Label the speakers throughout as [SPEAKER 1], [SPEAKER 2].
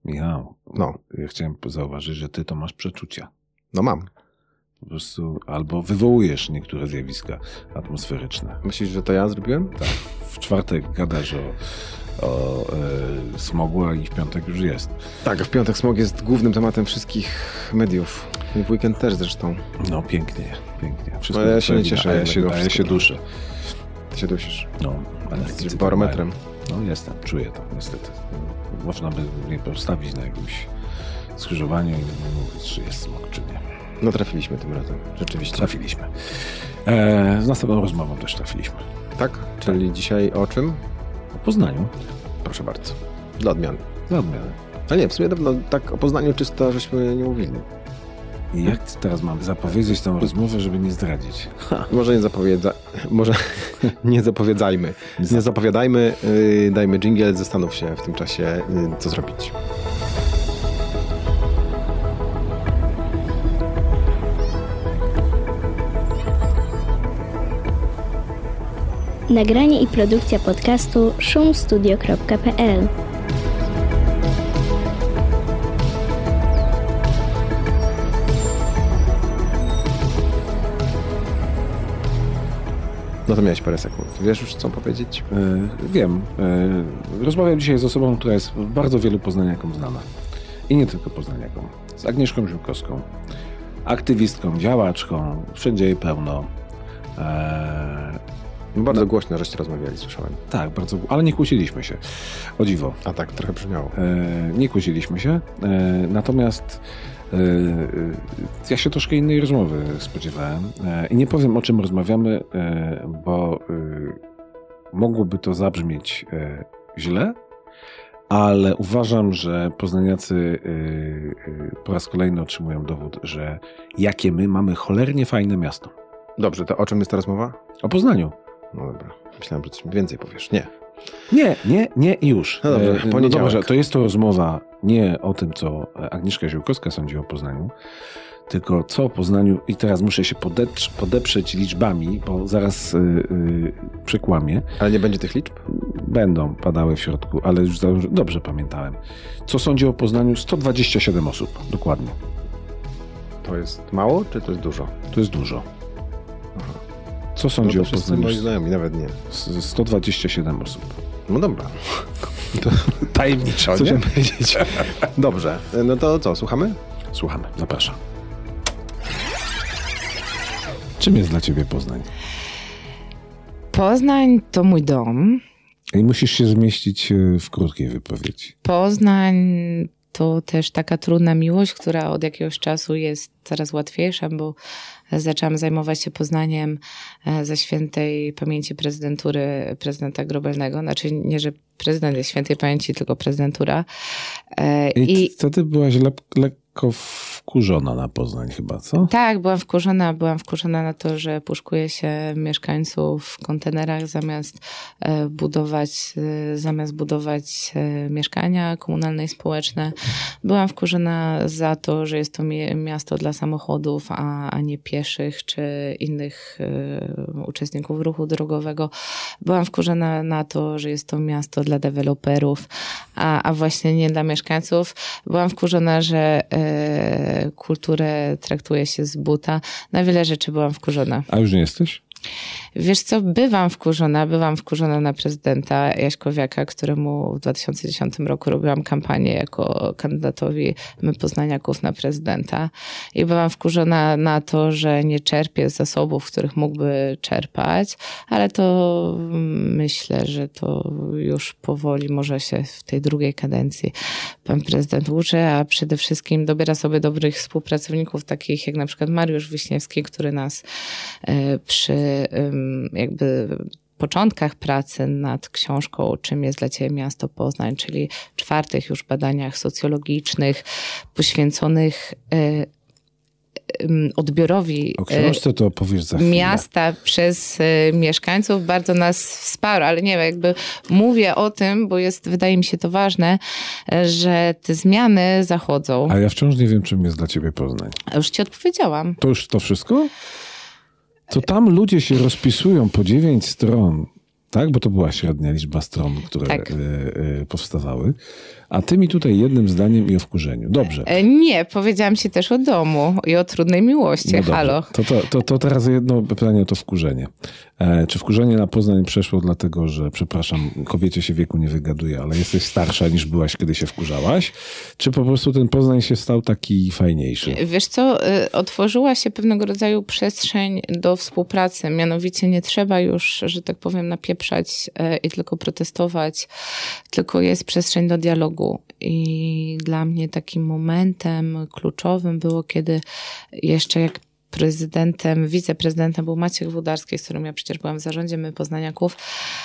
[SPEAKER 1] Michał,
[SPEAKER 2] No.
[SPEAKER 1] Ja chciałem zauważyć, że ty to masz przeczucia.
[SPEAKER 2] No mam.
[SPEAKER 1] Po prostu albo wywołujesz niektóre zjawiska atmosferyczne.
[SPEAKER 2] Myślisz, że to ja zrobiłem?
[SPEAKER 1] Tak. W czwartek gadasz o smogu, a i w piątek już jest.
[SPEAKER 2] Tak, w piątek smog jest głównym tematem wszystkich mediów. I w weekend też zresztą.
[SPEAKER 1] No pięknie. Wszystko
[SPEAKER 2] No, ja się nie cieszę.
[SPEAKER 1] A ja się duszę.
[SPEAKER 2] Ty się dusisz.
[SPEAKER 1] No, ale
[SPEAKER 2] Jesteś barometrem.
[SPEAKER 1] No jestem, czuję to niestety. Można by mnie postawić na jakimś skrzyżowaniu i mówić, czy jest smog, czy nie.
[SPEAKER 2] No trafiliśmy tym razem, rzeczywiście.
[SPEAKER 1] Trafiliśmy. Z następną rozmową też trafiliśmy.
[SPEAKER 2] Tak? Czyli dzisiaj o czym?
[SPEAKER 1] O Poznaniu.
[SPEAKER 2] Proszę bardzo. Dla odmiany.
[SPEAKER 1] Za odmianę.
[SPEAKER 2] Ale nie, w sumie no, tak o Poznaniu czysto żeśmy nie mówili.
[SPEAKER 1] I jak teraz mamy zapowiedzieć tę rozmowę, żeby nie zdradzić?
[SPEAKER 2] Może nie zapowiadajmy. Nie zapowiadajmy, dajmy dżingiel, zastanów się w tym czasie, co zrobić.
[SPEAKER 3] Nagranie i produkcja podcastu szumstudio.pl.
[SPEAKER 2] No to miałeś parę sekund. Wiesz już, co powiedzieć?
[SPEAKER 1] Wiem. Rozmawiam dzisiaj z osobą, która jest bardzo wielu poznaniakom znana. I nie tylko poznaniakom. Z Agnieszką Ziółkowską. Aktywistką, działaczką. Wszędzie jej pełno.
[SPEAKER 2] Bardzo głośno, żeście rozmawiali, słyszałem.
[SPEAKER 1] Tak, bardzo, ale nie kłóciliśmy się. O dziwo.
[SPEAKER 2] A tak, trochę brzmiało.
[SPEAKER 1] Nie kłóciliśmy się. Natomiast ja się troszkę innej rozmowy spodziewałem. I nie powiem, o czym rozmawiamy, bo mogłoby to zabrzmieć źle, ale uważam, że poznaniacy po raz kolejny otrzymują dowód, że jakie my mamy cholernie fajne miasto.
[SPEAKER 2] Dobrze, to o czym jest ta rozmowa?
[SPEAKER 1] O Poznaniu.
[SPEAKER 2] No dobra. Myślałem, że coś więcej powiesz. Nie.
[SPEAKER 1] Nie i już.
[SPEAKER 2] No dobrze, poniedziałek.
[SPEAKER 1] No dobrze, to jest to rozmowa nie o tym, co Agnieszka Ziółkowska sądzi o Poznaniu, tylko co o Poznaniu, i teraz muszę się podeprzeć liczbami, bo zaraz przekłamię.
[SPEAKER 2] Ale nie będzie tych liczb?
[SPEAKER 1] Będą padały w środku, ale już dobrze pamiętałem. Co sądzi o Poznaniu? 127 osób, dokładnie.
[SPEAKER 2] To jest mało, czy to jest dużo?
[SPEAKER 1] To jest dużo. Co sądzi o Poznaniu?
[SPEAKER 2] Moi znajomi, nawet nie.
[SPEAKER 1] 127 osób.
[SPEAKER 2] No dobra. To
[SPEAKER 1] tajemniczo,
[SPEAKER 2] co
[SPEAKER 1] nie?
[SPEAKER 2] chciałem powiedzieć. Dobrze. No to co, słuchamy?
[SPEAKER 1] Słuchamy, zapraszam. Czym jest dla ciebie Poznań?
[SPEAKER 4] Poznań to mój dom.
[SPEAKER 1] I musisz się zmieścić w krótkiej wypowiedzi.
[SPEAKER 4] Poznań to też taka trudna miłość, która od jakiegoś czasu jest coraz łatwiejsza, bo zaczęłam zajmować się Poznaniem ze świętej pamięci prezydentury prezydenta Grobelnego. Znaczy nie, że prezydent jest świętej pamięci, tylko prezydentura.
[SPEAKER 1] I wtedy byłaś lekko wkurzona na Poznań chyba, co?
[SPEAKER 4] Tak, byłam wkurzona na to, że puszkuje się mieszkańców w kontenerach zamiast budować mieszkania komunalne i społeczne. Byłam wkurzona za to, że jest to miasto dla samochodów, a nie pieszych czy innych uczestników ruchu drogowego. Byłam wkurzona na to, że jest to miasto dla deweloperów, a właśnie nie dla mieszkańców. Byłam wkurzona, że kulturę traktuje się z buta. Na wiele rzeczy byłam wkurzona.
[SPEAKER 1] A już nie jesteś?
[SPEAKER 4] Wiesz co, byłam wkurzona na prezydenta Jaśkowiaka, któremu w 2010 roku robiłam kampanię jako kandydatowi my Poznaniaków na prezydenta. I byłam wkurzona na to, że nie czerpie z zasobów, których mógłby czerpać, ale to myślę, że to już powoli może się w tej drugiej kadencji pan prezydent uczy, a przede wszystkim dobiera sobie dobrych współpracowników, takich jak na przykład Mariusz Wiśniewski, który nas przy jakby początkach pracy nad książką Czym jest dla ciebie miasto Poznań, czyli 4. już badaniach socjologicznych poświęconych odbiorowi
[SPEAKER 1] o książce to opowiesz za chwilę.
[SPEAKER 4] Miasta przez mieszkańców bardzo nas wsparł, ale nie wiem, jakby mówię o tym, bo wydaje mi się to ważne, że te zmiany zachodzą.
[SPEAKER 1] A ja wciąż nie wiem, czym jest dla ciebie Poznań.
[SPEAKER 4] A już ci odpowiedziałam.
[SPEAKER 1] To już to wszystko? To tam ludzie się rozpisują po 9 stron, tak? Bo to była średnia liczba stron, które powstawały. A ty mi tutaj jednym zdaniem i o wkurzeniu. Dobrze.
[SPEAKER 4] Nie, powiedziałam ci też o domu i o trudnej miłości.
[SPEAKER 1] No
[SPEAKER 4] halo.
[SPEAKER 1] To teraz jedno pytanie o to wkurzenie. Czy wkurzenie na Poznań przeszło dlatego, że, przepraszam, kobiecie się wieku nie wygaduje, ale jesteś starsza niż byłaś, kiedy się wkurzałaś? Czy po prostu ten Poznań się stał taki fajniejszy?
[SPEAKER 4] Wiesz co, otworzyła się pewnego rodzaju przestrzeń do współpracy. Mianowicie nie trzeba już, że tak powiem, napieprzać i tylko protestować, tylko jest przestrzeń do dialogu. I dla mnie takim momentem kluczowym było, kiedy jeszcze jak wiceprezydentem był Maciek Włodarski, z którym ja przecież byłam w zarządzie My Poznaniaków,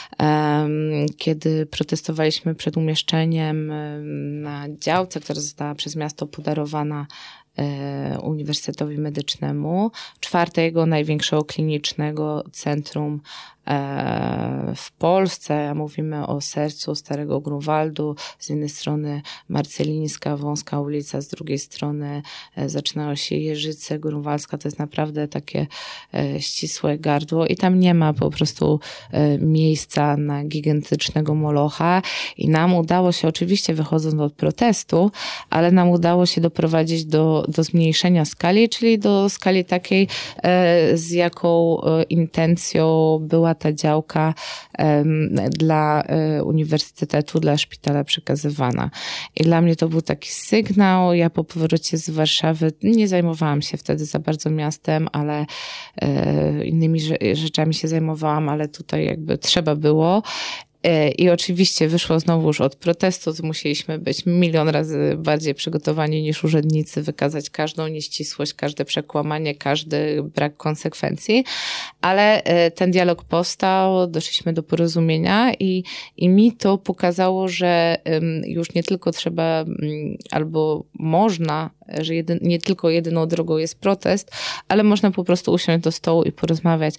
[SPEAKER 4] kiedy protestowaliśmy przed umieszczeniem na działce, która została przez miasto podarowana Uniwersytetowi Medycznemu, czwartego największego klinicznego centrum w Polsce. Mówimy o sercu Starego Grunwaldu, z jednej strony Marcelińska, wąska ulica, z drugiej strony zaczynało się Jeżyce, Grunwaldzka. To jest naprawdę takie ścisłe gardło i tam nie ma po prostu miejsca na gigantycznego molocha i nam udało się, oczywiście wychodząc od protestu, ale nam udało się doprowadzić do zmniejszenia skali, czyli do skali takiej, z jaką intencją była ta działka dla uniwersytetu, dla szpitala przekazywana. I dla mnie to był taki sygnał. Ja po powrocie z Warszawy nie zajmowałam się wtedy za bardzo miastem, ale innymi rzeczami się zajmowałam, ale tutaj jakby trzeba było. I oczywiście wyszło znowuż od protestu, to musieliśmy być milion razy bardziej przygotowani niż urzędnicy, wykazać każdą nieścisłość, każde przekłamanie, każdy brak konsekwencji, ale ten dialog powstał, doszliśmy do porozumienia i mi to pokazało, że już nie tylko trzeba albo można, że nie tylko jedyną drogą jest protest, ale można po prostu usiąść do stołu i porozmawiać.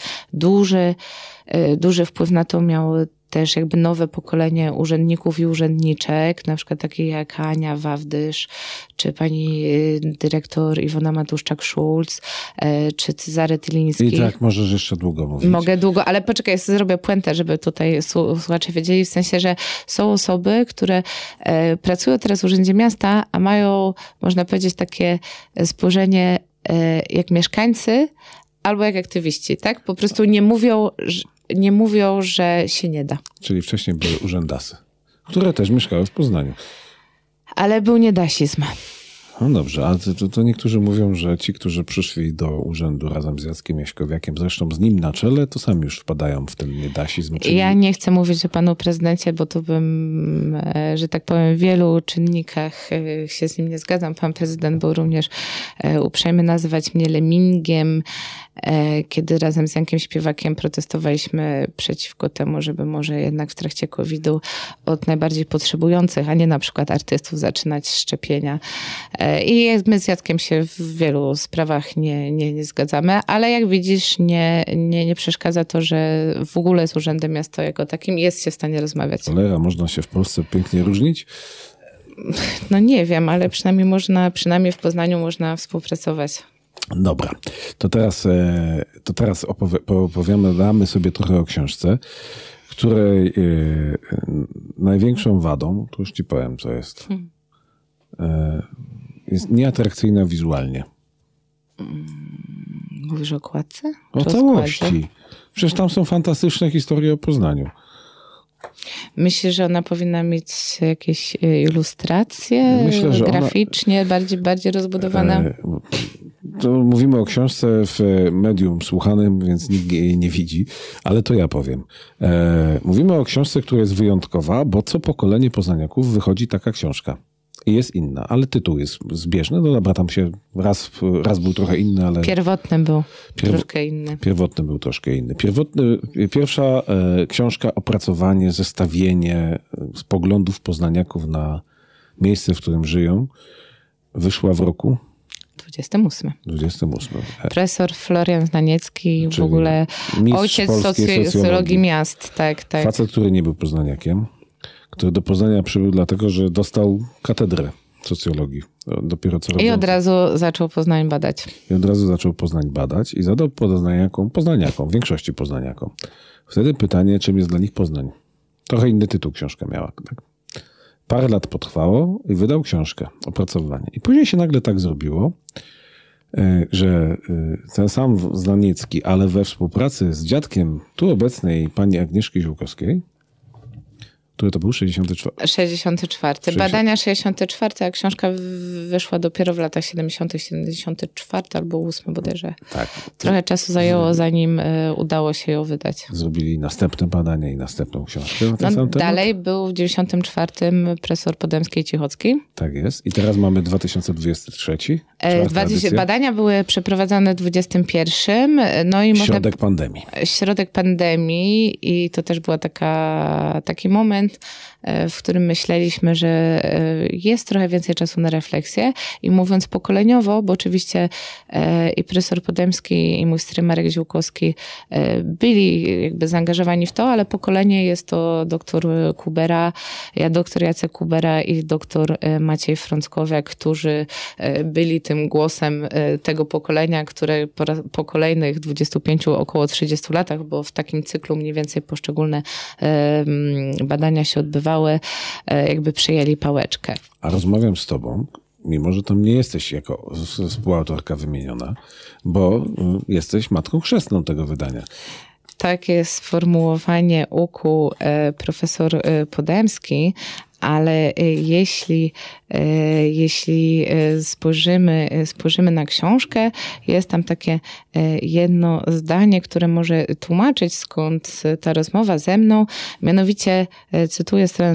[SPEAKER 4] Duży wpływ na to miało też jakby nowe pokolenie urzędników i urzędniczek, na przykład takie jak Ania Wawdysz, czy pani dyrektor Iwona Matuszczak-Szulc, czy Cezary Tyliński.
[SPEAKER 1] I tak możesz jeszcze długo mówić.
[SPEAKER 4] Mogę długo, ale poczekaj, zrobię puentę, żeby tutaj słuchacze wiedzieli, w sensie, że są osoby, które pracują teraz w Urzędzie Miasta, a mają, można powiedzieć, takie spojrzenie jak mieszkańcy albo jak aktywiści, tak? Po prostu nie mówią, że się nie da.
[SPEAKER 1] Czyli wcześniej były urzędasy, które też mieszkały w Poznaniu.
[SPEAKER 4] Ale był niedasizm.
[SPEAKER 1] No dobrze, ale to niektórzy mówią, że ci, którzy przyszli do urzędu razem z Jackiem Jaśkowiakiem, zresztą z nim na czele, to sami już wpadają w ten niedasizm. Czyli... Ja
[SPEAKER 4] nie chcę mówić o panu prezydencie, bo tu bym, że tak powiem, w wielu czynnikach się z nim nie zgadzam. Pan prezydent był również uprzejmy nazywać mnie lemmingiem, kiedy razem z Jankiem Śpiewakiem protestowaliśmy przeciwko temu, żeby może jednak w trakcie COVID-u od najbardziej potrzebujących, a nie na przykład artystów, zaczynać szczepienia. I my z Jackiem się w wielu sprawach nie zgadzamy, ale jak widzisz, nie przeszkadza to, że w ogóle z Urzędem Miasta jako takim jest się w stanie rozmawiać.
[SPEAKER 1] Cholera, można się w Polsce pięknie różnić?
[SPEAKER 4] No nie wiem, ale przynajmniej w Poznaniu można współpracować.
[SPEAKER 1] Dobra, to teraz opowiadamy sobie trochę o książce, której największą wadą, to już ci powiem, co jest, jest nieatrakcyjna wizualnie.
[SPEAKER 4] Mówisz o okładce?
[SPEAKER 1] O całości. Przecież tam są fantastyczne historie o Poznaniu.
[SPEAKER 4] Myślisz, że ona powinna mieć jakieś ilustracje? Myślę, że graficznie bardziej rozbudowane?
[SPEAKER 1] To mówimy o książce w medium słuchanym, więc nikt jej nie widzi, ale to ja powiem. Mówimy o książce, która jest wyjątkowa, bo co pokolenie poznaniaków wychodzi taka książka. I jest inna, ale tytuł jest zbieżny. No dobra, tam się raz był trochę inny, ale...
[SPEAKER 4] Pierwotny był troszkę inny.
[SPEAKER 1] Pierwotny był troszkę inny. Pierwsza książka, opracowanie, zestawienie z poglądów poznaniaków na miejsce, w którym żyją, wyszła w roku...
[SPEAKER 4] 28. Profesor Florian Znaniecki, w ogóle ojciec socjologii miast. Tak.
[SPEAKER 1] Facet, który nie był poznaniakiem, który do Poznania przybył dlatego, że dostał katedrę socjologii. Dopiero co
[SPEAKER 4] I od razu zaczął Poznań
[SPEAKER 1] badać. I zadał poznaniakom, większości poznaniakom. Wtedy pytanie, czym jest dla nich Poznań. Trochę inny tytuł książka miała. Tak? parę lat potrwało i wydał książkę, opracowanie. I później się nagle tak zrobiło, że ten sam Znaniecki, ale we współpracy z dziadkiem tu obecnej pani Agnieszki Ziółkowskiej, który to był 64?
[SPEAKER 4] 64. Badania 64, a książka wyszła dopiero w latach 70., 74 albo 8 bodajże.
[SPEAKER 1] Tak.
[SPEAKER 4] Trochę czasu zajęło, zanim udało się ją wydać.
[SPEAKER 1] Zrobili następne badania i następną książkę na ten sam temat.
[SPEAKER 4] Dalej był w 94 profesor Podemski i Cichocki.
[SPEAKER 1] Tak jest. I teraz mamy 2023.
[SPEAKER 4] Badania były przeprowadzane w 2021. No i
[SPEAKER 1] środek pandemii.
[SPEAKER 4] Środek pandemii i to też była taki moment, w którym myśleliśmy, że jest trochę więcej czasu na refleksję i mówiąc pokoleniowo, bo oczywiście i profesor Podemski i mój stary Marek Ziółkowski byli jakby zaangażowani w to, ale pokolenie jest to doktor Kubera, ja doktor Jacek Kubera i doktor Maciej Frąckowiak, którzy byli tym głosem tego pokolenia, które po kolejnych 25, około 30 latach, bo w takim cyklu mniej więcej poszczególne badania się odbywały, jakby przyjęli pałeczkę.
[SPEAKER 1] A rozmawiam z tobą, mimo że tam nie jesteś jako współautorka wymieniona, bo jesteś matką chrzestną tego wydania.
[SPEAKER 4] Takie sformułowanie ukuł profesor Podemski, ale jeśli spojrzymy na książkę, jest tam takie jedno zdanie, które może tłumaczyć, skąd ta rozmowa ze mną. Mianowicie, cytuję stronę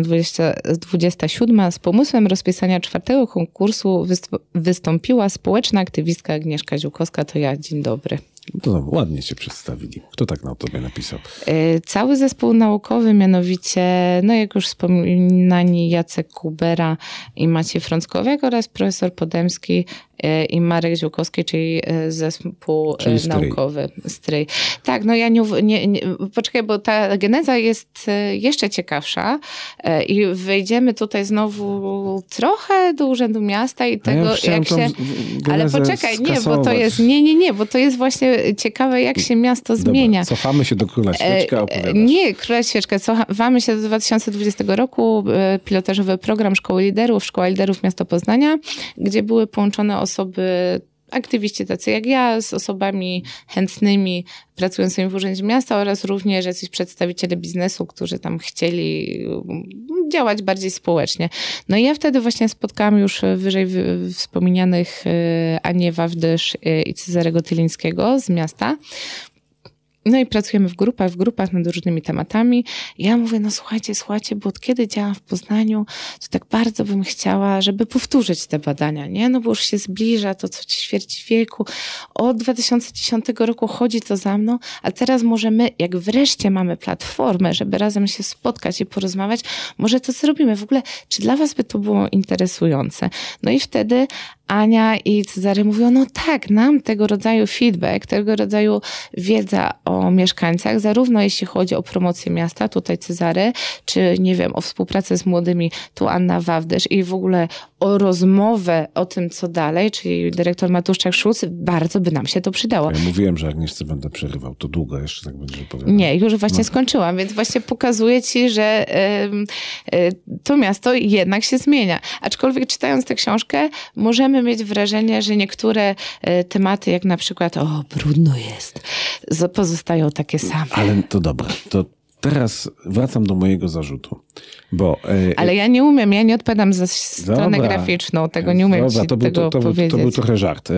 [SPEAKER 4] 27. Z pomysłem rozpisania 4. konkursu wystąpiła społeczna aktywistka Agnieszka Ziółkowska. To ja, dzień dobry.
[SPEAKER 1] To ładnie cię przedstawili. Kto tak na tobie napisał?
[SPEAKER 4] Cały zespół naukowy, mianowicie, no jak już wspomniani Jacek Kubera i Maciej Frąckowiak oraz profesor Podemski i Marek Ziółkowski, czyli zespół naukowy. Stryj. Tak, no ja poczekaj, bo ta geneza jest jeszcze ciekawsza i wejdziemy tutaj znowu trochę do Urzędu Miasta i tego, jak się... Ale poczekaj, nie, bo to jest... Nie, bo to jest właśnie ciekawe, jak się miasto zmienia.
[SPEAKER 1] Cofamy się do Króla Świeczka, opowiadasz.
[SPEAKER 4] Nie, Króla Świeczka. Cofamy się do 2020 roku. Pilotażowy program Szkoła Liderów Miasto Poznania, gdzie były połączone osoby, aktywiści tacy jak ja, z osobami chętnymi pracującymi w Urzędzie Miasta oraz również jacyś przedstawiciele biznesu, którzy tam chcieli działać bardziej społecznie. No i ja wtedy właśnie spotkałam już wyżej wspomnianych Anię Wawdysz i Cezarego Tylińskiego z miasta. No i pracujemy w grupach nad różnymi tematami. I ja mówię, no słuchajcie, bo od kiedy działam w Poznaniu, to tak bardzo bym chciała, żeby powtórzyć te badania, nie? No bo już się zbliża to co ćwierć wieku. Od 2010 roku chodzi to za mną, a teraz może my, jak wreszcie mamy platformę, żeby razem się spotkać i porozmawiać, może to zrobimy. W ogóle, czy dla was by to było interesujące? No i wtedy Ania i Cezary mówią, no tak, nam tego rodzaju feedback, tego rodzaju wiedza o mieszkańcach, zarówno jeśli chodzi o promocję miasta, tutaj Cezary, czy nie wiem, o współpracę z młodymi, tu Anna Wawdysz i w ogóle o rozmowę o tym, co dalej, czyli dyrektor Matuszczak-Szulc, bardzo by nam się to przydało.
[SPEAKER 1] Ja mówiłem, że Agnieszce będę przerywał. To długo jeszcze tak będzie opowiadał.
[SPEAKER 4] Nie, już właśnie skończyłam, więc właśnie pokazuję ci, że to miasto jednak się zmienia. Aczkolwiek czytając tę książkę, możemy mieć wrażenie, że niektóre tematy, jak na przykład brudno jest, pozostają takie same.
[SPEAKER 1] Ale to dobra, to teraz wracam do mojego zarzutu, bo...
[SPEAKER 4] Ale ja nie umiem, ja nie odpowiadam za stronę graficzną, tego nie umiem ci tego powiedzieć.
[SPEAKER 1] To był trochę żart,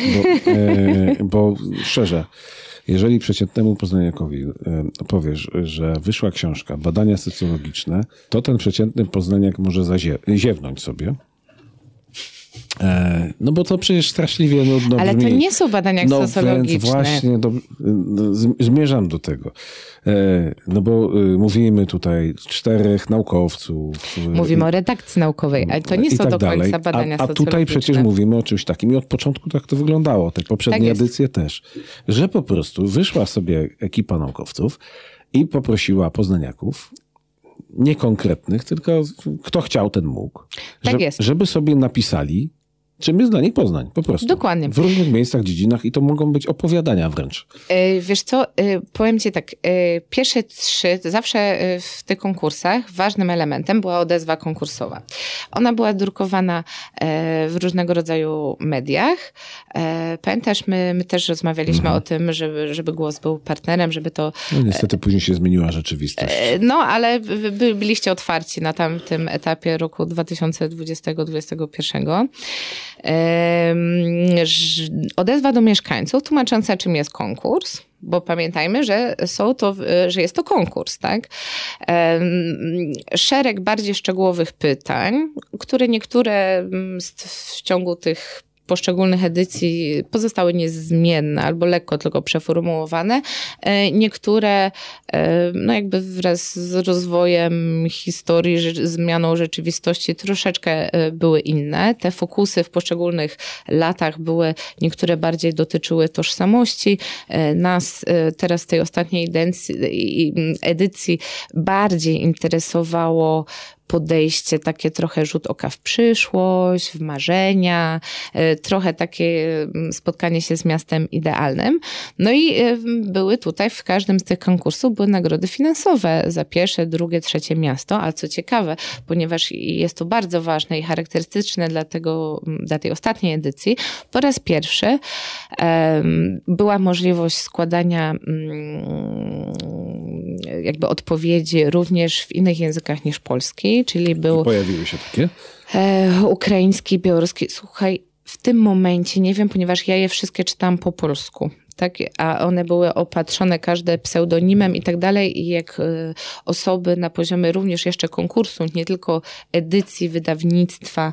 [SPEAKER 1] bo szczerze, jeżeli przeciętnemu poznaniakowi powiesz, że wyszła książka, badania socjologiczne, to ten przeciętny poznaniak może ziewnąć sobie. No bo to przecież straszliwie nudno
[SPEAKER 4] Ale
[SPEAKER 1] brzmi.
[SPEAKER 4] to nie są badania socjologiczne.
[SPEAKER 1] Więc właśnie zmierzam do tego. No bo mówimy tutaj 4 naukowców.
[SPEAKER 4] Mówimy o redakcji naukowej, ale to nie są do końca badania socjologiczne.
[SPEAKER 1] A tutaj przecież mówimy o czymś takim i od początku tak to wyglądało. Te poprzednie edycje też. Że po prostu wyszła sobie ekipa naukowców i poprosiła poznaniaków, nie konkretnych, tylko kto chciał, ten mógł, żeby sobie napisali czym jest dla nich Poznań, po prostu.
[SPEAKER 4] Dokładnie.
[SPEAKER 1] W różnych miejscach, dziedzinach i to mogą być opowiadania wręcz.
[SPEAKER 4] Wiesz co, powiem ci tak, pierwsze 3, zawsze w tych konkursach ważnym elementem była odezwa konkursowa. Ona była drukowana w różnego rodzaju mediach. Pamiętasz, my też rozmawialiśmy o tym, żeby Głos był partnerem, żeby to...
[SPEAKER 1] No niestety później się zmieniła rzeczywistość.
[SPEAKER 4] No, ale byliście otwarci na tamtym etapie roku 2020-2021. Odezwa do mieszkańców tłumacząca, czym jest konkurs, bo pamiętajmy, że jest to konkurs, tak? Szereg bardziej szczegółowych pytań, które niektóre w ciągu tych poszczególnych edycji pozostały niezmienne albo lekko tylko przeformułowane. Niektóre no jakby wraz z rozwojem historii, zmianą rzeczywistości troszeczkę były inne. Te fokusy w poszczególnych latach niektóre bardziej dotyczyły tożsamości. Nas teraz w tej ostatniej edycji bardziej interesowało podejście, takie trochę rzut oka w przyszłość, w marzenia, trochę takie spotkanie się z miastem idealnym. No i były tutaj w każdym z tych konkursów były nagrody finansowe za pierwsze, drugie, trzecie miasto, a co ciekawe, ponieważ jest to bardzo ważne i charakterystyczne dla tej ostatniej edycji, po raz pierwszy była możliwość składania jakby odpowiedzi również w innych językach niż polski, czyli był...
[SPEAKER 1] Pojawiły się takie?
[SPEAKER 4] Ukraiński, białoruski. Słuchaj, w tym momencie nie wiem, ponieważ ja je wszystkie czytałam po polsku. Tak, a one były opatrzone każde pseudonimem i tak dalej i jak osoby na poziomie również jeszcze konkursu, nie tylko edycji wydawnictwa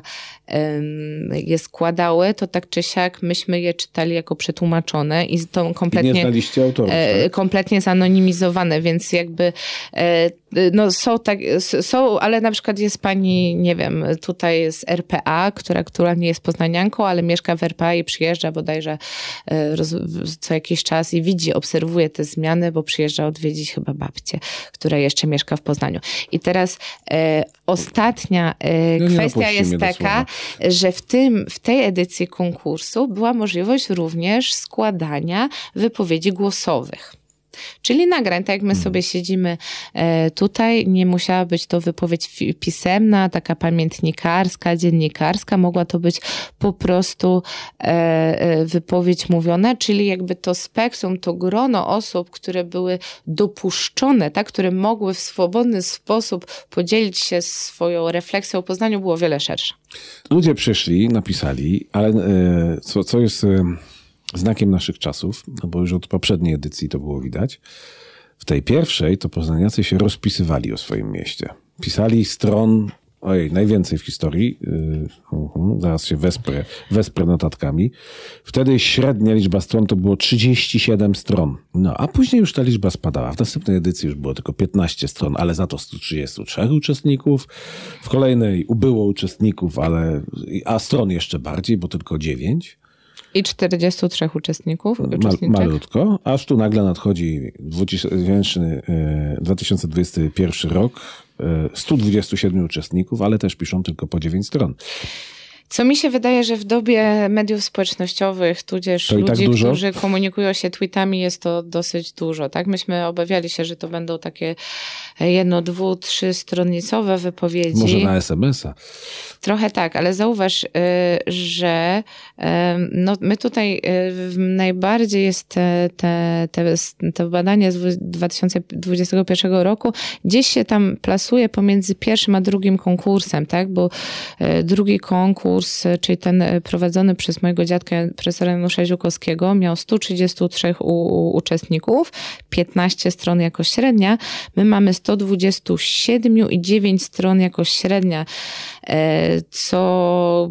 [SPEAKER 4] je składały, to tak czy siak myśmy je czytali jako przetłumaczone i to kompletnie...
[SPEAKER 1] I nie znaliście autorów, tak?
[SPEAKER 4] Kompletnie zanonimizowane, więc jakby no są, ale na przykład jest pani, nie wiem, tutaj z RPA, która nie jest poznanianką, ale mieszka w RPA i przyjeżdża bodajże co jakiś czas i obserwuje te zmiany, bo przyjeżdża odwiedzić chyba babcię, która jeszcze mieszka w Poznaniu. I teraz ostatnia kwestia jest taka, że w tej edycji konkursu była możliwość również składania wypowiedzi głosowych. Czyli nagrań, tak jak my sobie siedzimy tutaj, nie musiała być to wypowiedź pisemna, taka pamiętnikarska, dziennikarska, mogła to być po prostu wypowiedź mówiona, czyli jakby to spektrum, to grono osób, które były dopuszczone, tak, które mogły w swobodny sposób podzielić się swoją refleksją o Poznaniu, było wiele szersze.
[SPEAKER 1] Ludzie przyszli, napisali, ale co jest... znakiem naszych czasów, no bo już od poprzedniej edycji to było widać. W tej pierwszej to poznaniacy się rozpisywali o swoim mieście. Pisali stron, najwięcej w historii, zaraz się wesprę notatkami. Wtedy średnia liczba stron to było 37 stron. No, a później już ta liczba spadała. W następnej edycji już było tylko 15 stron, ale za to 133 uczestników. W kolejnej ubyło uczestników, a stron jeszcze bardziej, bo tylko 9.
[SPEAKER 4] I 43 uczestników.
[SPEAKER 1] Malutko, aż tu nagle nadchodzi 2021 rok, 127 uczestników, ale też piszą tylko po 9 stron.
[SPEAKER 4] Co mi się wydaje, że w dobie mediów społecznościowych, tudzież ludzi, którzy komunikują się tweetami, jest to dosyć dużo. Tak? Myśmy obawiali się, że to będą takie 1, 2, 3 stronnicowe wypowiedzi.
[SPEAKER 1] Może na SMS-a.
[SPEAKER 4] Trochę tak, ale zauważ, że no, my tutaj najbardziej jest te badanie z 2021 roku gdzieś się tam plasuje pomiędzy pierwszym a drugim konkursem, tak? Bo drugi konkurs, czyli ten prowadzony przez mojego dziadka profesora Janusza Ziółkowskiego, miał 133 uczestników, 15 stron jako średnia. My mamy 127 i 9 stron jako średnia, co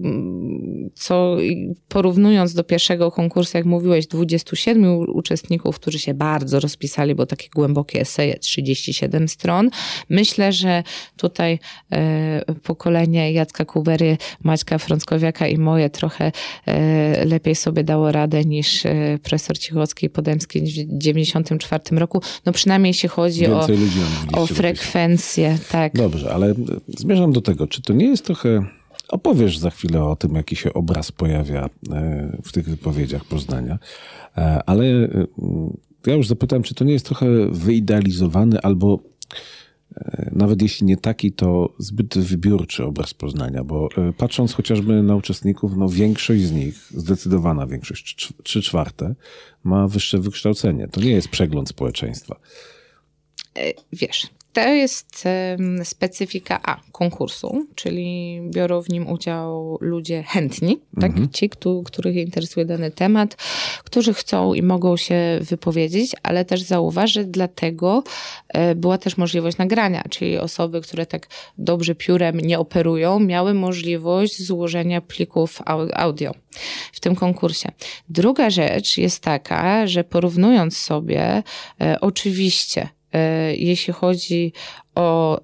[SPEAKER 4] porównując do pierwszego konkursu, jak mówiłeś, 27 uczestników, którzy się bardzo rozpisali, bo takie głębokie eseje, 37 stron. Myślę, że tutaj pokolenie Jacka Kubery, Maćka Frąckowiaka i moje trochę lepiej sobie dało radę niż profesor Cichocki i Podemski w 1994 roku. No przynajmniej jeśli chodzi o frekwencję. Tak.
[SPEAKER 1] Dobrze, ale zmierzam do tego, czy to nie jest trochę Opowiesz za chwilę o tym, jaki się obraz pojawia w tych wypowiedziach Poznania, ale ja już zapytałem, czy to nie jest trochę wyidealizowany albo nawet jeśli nie taki, to zbyt wybiórczy obraz Poznania, bo patrząc chociażby na uczestników, większość z nich, zdecydowana większość, 3/4 ma wyższe wykształcenie. To nie jest przegląd społeczeństwa.
[SPEAKER 4] Wiesz, to jest specyfika konkursu, czyli biorą w nim udział ludzie chętni, tak? Ci, których interesuje dany temat, którzy chcą i mogą się wypowiedzieć, ale też zauważ, że dlatego była też możliwość nagrania, czyli osoby, które tak dobrze piórem nie operują, miały możliwość złożenia plików audio w tym konkursie. Druga rzecz jest taka, że porównując sobie, oczywiście jeśli chodzi o,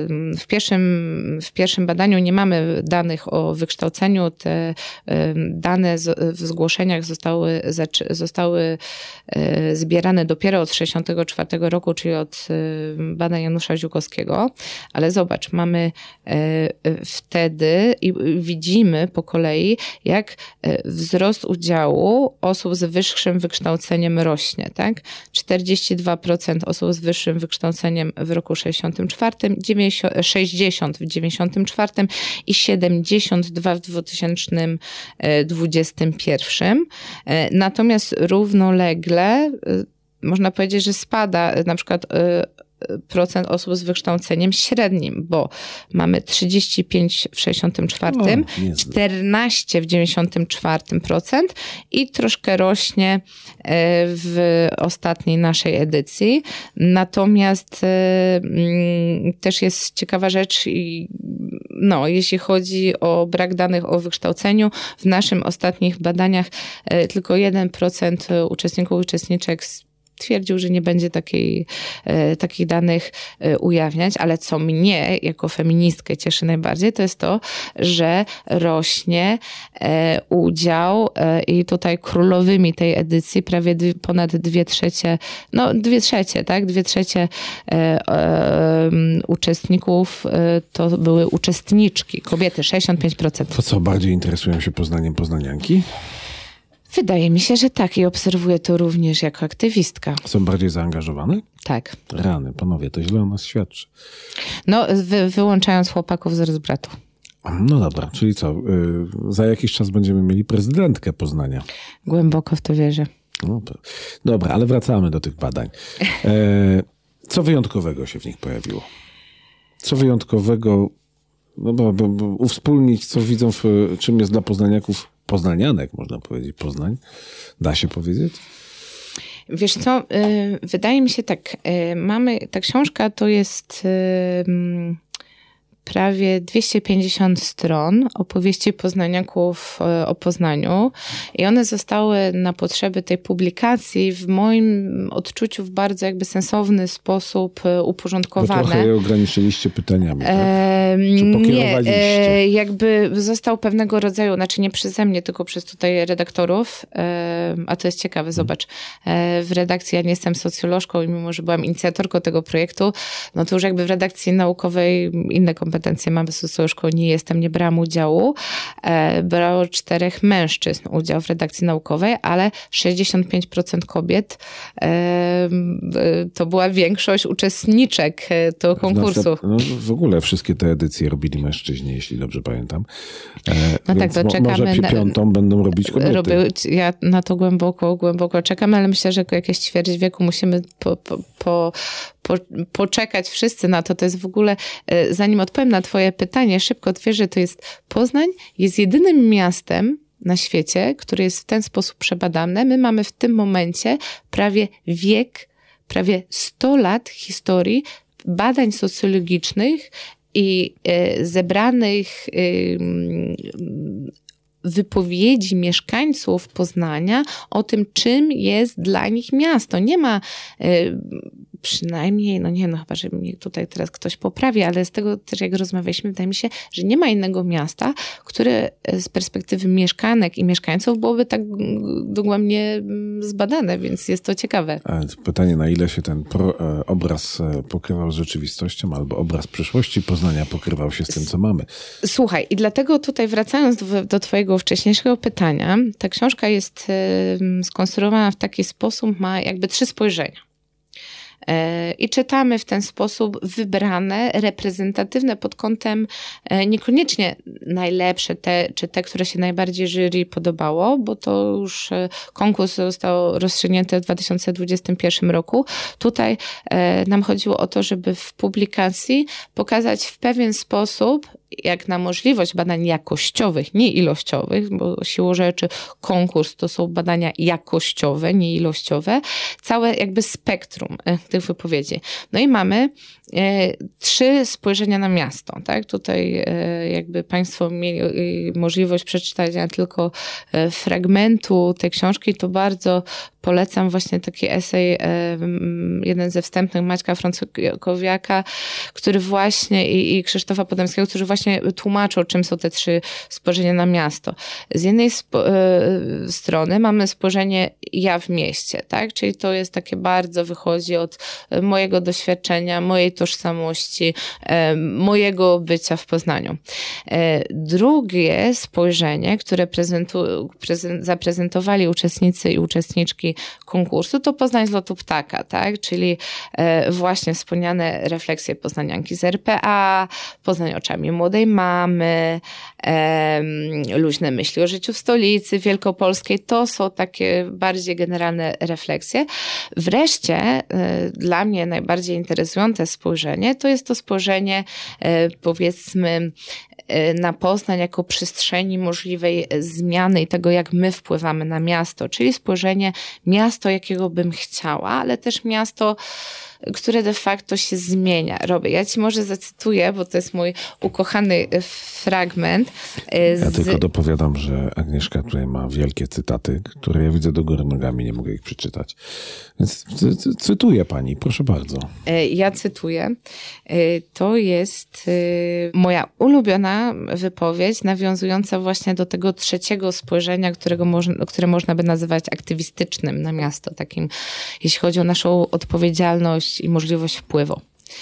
[SPEAKER 4] w pierwszym badaniu nie mamy danych o wykształceniu. Te dane w zgłoszeniach zostały zbierane dopiero od 1964 roku, czyli od badań Janusza Ziółkowskiego. Ale zobacz, mamy wtedy i widzimy po kolei, jak wzrost udziału osób z wyższym wykształceniem rośnie. Tak? 42% osób z wyższym wykształceniem w roku 64, 60 w 94 i 72 w 2021. Natomiast równolegle można powiedzieć, że spada na przykład procent osób z wykształceniem średnim, bo mamy 35 w 64, 14 w 94% i troszkę rośnie w ostatniej naszej edycji. Natomiast też jest ciekawa rzecz, jeśli chodzi o brak danych o wykształceniu, w naszych ostatnich badaniach tylko 1% uczestników i uczestniczek twierdził, że nie będzie takich danych ujawniać, ale co mnie jako feministkę cieszy najbardziej, to jest to, że rośnie udział i tutaj królowymi tej edycji prawie ponad 2/3, tak? 2/3 uczestników to były uczestniczki, kobiety 65%.
[SPEAKER 1] To co, bardziej interesują się Poznaniem poznanianki?
[SPEAKER 4] Wydaje mi się, że tak i obserwuję to również jako aktywistka.
[SPEAKER 1] Są bardziej zaangażowane?
[SPEAKER 4] Tak.
[SPEAKER 1] Rany, panowie, to źle o nas świadczy.
[SPEAKER 4] Wyłączając chłopaków z rozbratu.
[SPEAKER 1] No dobra, czyli co? Za jakiś czas będziemy mieli prezydentkę Poznania.
[SPEAKER 4] Głęboko w to wierzę.
[SPEAKER 1] Dobra, ale wracamy do tych badań. Co wyjątkowego się w nich pojawiło? Co wyjątkowego, bo uwspólnić, co widzą, czym jest dla poznaniaków, poznanianek, można powiedzieć, Poznań. Da się powiedzieć?
[SPEAKER 4] Wiesz co, wydaje mi się tak, ta książka to jest prawie 250 stron opowieści poznaniaków o Poznaniu i one zostały na potrzeby tej publikacji w moim odczuciu w bardzo sensowny sposób uporządkowane.
[SPEAKER 1] Bo trochę je ograniczyliście pytaniami, tak? Czy pokierowaliście?
[SPEAKER 4] Nie, został pewnego rodzaju, nie przeze mnie, tylko przez tutaj redaktorów, a to jest ciekawe, zobacz, w redakcji ja nie jestem socjolożką i mimo, że byłam inicjatorką tego projektu, to już w redakcji naukowej inne kompetencje mamy, socjolożką nie jestem, nie brałam udziału. Brało 4 mężczyzn udział w redakcji naukowej, ale 65% kobiet to była większość uczestniczek tego konkursu.
[SPEAKER 1] W ogóle wszystkie te edycje robili mężczyźni, jeśli dobrze pamiętam.
[SPEAKER 4] To czekamy.
[SPEAKER 1] Może piątą będą robić kobiety.
[SPEAKER 4] Ja na to głęboko czekam, ale myślę, że jakieś ćwierć wieku musimy poczekać wszyscy na to. To jest w ogóle, zanim odpowiem na twoje pytanie, szybko odwierzę, to jest Poznań jest jedynym miastem na świecie, który jest w ten sposób przebadane. My mamy w tym momencie prawie 100 lat historii badań socjologicznych i zebranych wypowiedzi mieszkańców Poznania o tym, czym jest dla nich miasto. Nie ma przynajmniej, no nie wiem, no chyba, że mnie tutaj teraz ktoś poprawi, ale z tego też jak rozmawialiśmy, wydaje mi się, że nie ma innego miasta, które z perspektywy mieszkanek i mieszkańców byłoby tak dogłębnie zbadane, więc jest to ciekawe.
[SPEAKER 1] Pytanie, na ile się ten obraz pokrywał z rzeczywistością, albo obraz przyszłości Poznania pokrywał się z tym, co mamy.
[SPEAKER 4] Słuchaj, i dlatego tutaj wracając do twojego wcześniejszego pytania, ta książka jest skonstruowana w taki sposób, ma jakby 3 spojrzenia. I czytamy w ten sposób wybrane, reprezentatywne pod kątem niekoniecznie najlepsze, czy te, które się najbardziej jury podobało, bo to już konkurs został rozstrzygnięty w 2021 roku. Tutaj nam chodziło o to, żeby w publikacji pokazać w pewien sposób, jak na możliwość badań jakościowych, nie ilościowych, bo siłą rzeczy konkurs to są badania jakościowe, nie ilościowe, całe jakby spektrum tych wypowiedzi. No i mamy 3 spojrzenia na miasto, tak? Tutaj jakby Państwo mieli możliwość przeczytania tylko fragmentu tej książki, to bardzo polecam właśnie taki esej, jeden ze wstępnych Maćka Frąckowiaka, który właśnie i Krzysztofa Podemskiego, którzy właśnie tłumaczą, czym są te 3 spojrzenia na miasto. Z jednej strony mamy spojrzenie ja w mieście, tak? Czyli to jest takie bardzo wychodzi od mojego doświadczenia, mojej tożsamości, mojego bycia w Poznaniu. Drugie spojrzenie, które zaprezentowali uczestnicy i uczestniczki konkursu, to Poznań z lotu ptaka, tak? Czyli właśnie wspomniane refleksje poznanianki z RPA, Poznań oczami młodej mamy, luźne myśli o życiu w stolicy wielkopolskiej. To są takie bardziej generalne refleksje. Wreszcie dla mnie najbardziej interesujące spojrzenie to jest to spojrzenie powiedzmy na Poznań jako przestrzeni możliwej zmiany i tego, jak my wpływamy na miasto, czyli spojrzenie miasto, jakiego bym chciała, ale też miasto, które de facto się zmienia. Ja ci może zacytuję, bo to jest mój ukochany fragment.
[SPEAKER 1] Ja tylko dopowiadam, że Agnieszka tutaj ma wielkie cytaty, które ja widzę do góry nogami, nie mogę ich przeczytać. Więc cytuję pani, proszę bardzo.
[SPEAKER 4] Ja cytuję. To jest moja ulubiona wypowiedź, nawiązująca właśnie do tego 3. spojrzenia, które można by nazywać aktywistycznym na miasto, takim, jeśli chodzi o naszą odpowiedzialność i możliwość wpływu.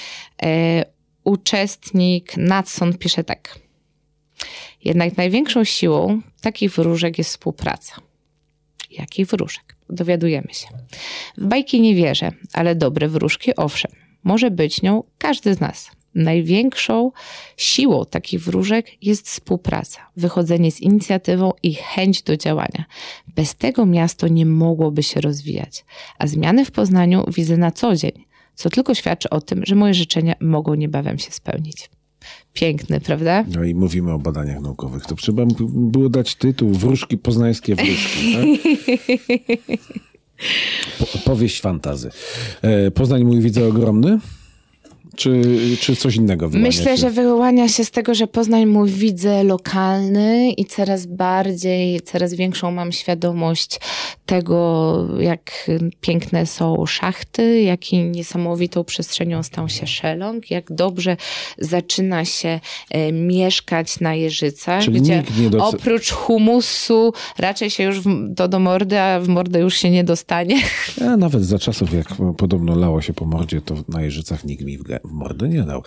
[SPEAKER 4] Uczestnik Natson pisze tak. Jednak największą siłą takich wróżek jest współpraca. Jakich wróżek? Dowiadujemy się. W bajki nie wierzę, ale dobre wróżki owszem. Może być nią każdy z nas. Największą siłą takich wróżek jest współpraca, wychodzenie z inicjatywą i chęć do działania. Bez tego miasto nie mogłoby się rozwijać, a zmiany w Poznaniu widzę na co dzień, co tylko świadczy o tym, że moje życzenia mogą niebawem się spełnić. Piękny, prawda?
[SPEAKER 1] No i mówimy o badaniach naukowych. To trzeba było dać tytuł Wróżki poznańskie wróżki, tak? Powieść fantazy. Poznań, mój widzę, ogromny? Czy coś innego wyłania
[SPEAKER 4] Myślę, że wyłania się z tego, że Poznań mój widzę lokalny i coraz większą mam świadomość tego, jak piękne są szachty, jak niesamowitą przestrzenią stał się Szelong, jak dobrze zaczyna się mieszkać na Jeżycach,
[SPEAKER 1] czyli
[SPEAKER 4] gdzie oprócz humusu raczej się już do mordy, a w mordę już się nie dostanie.
[SPEAKER 1] A nawet za czasów, jak podobno lało się po mordzie, to na Jeżycach nikt mi w mordę nie dał.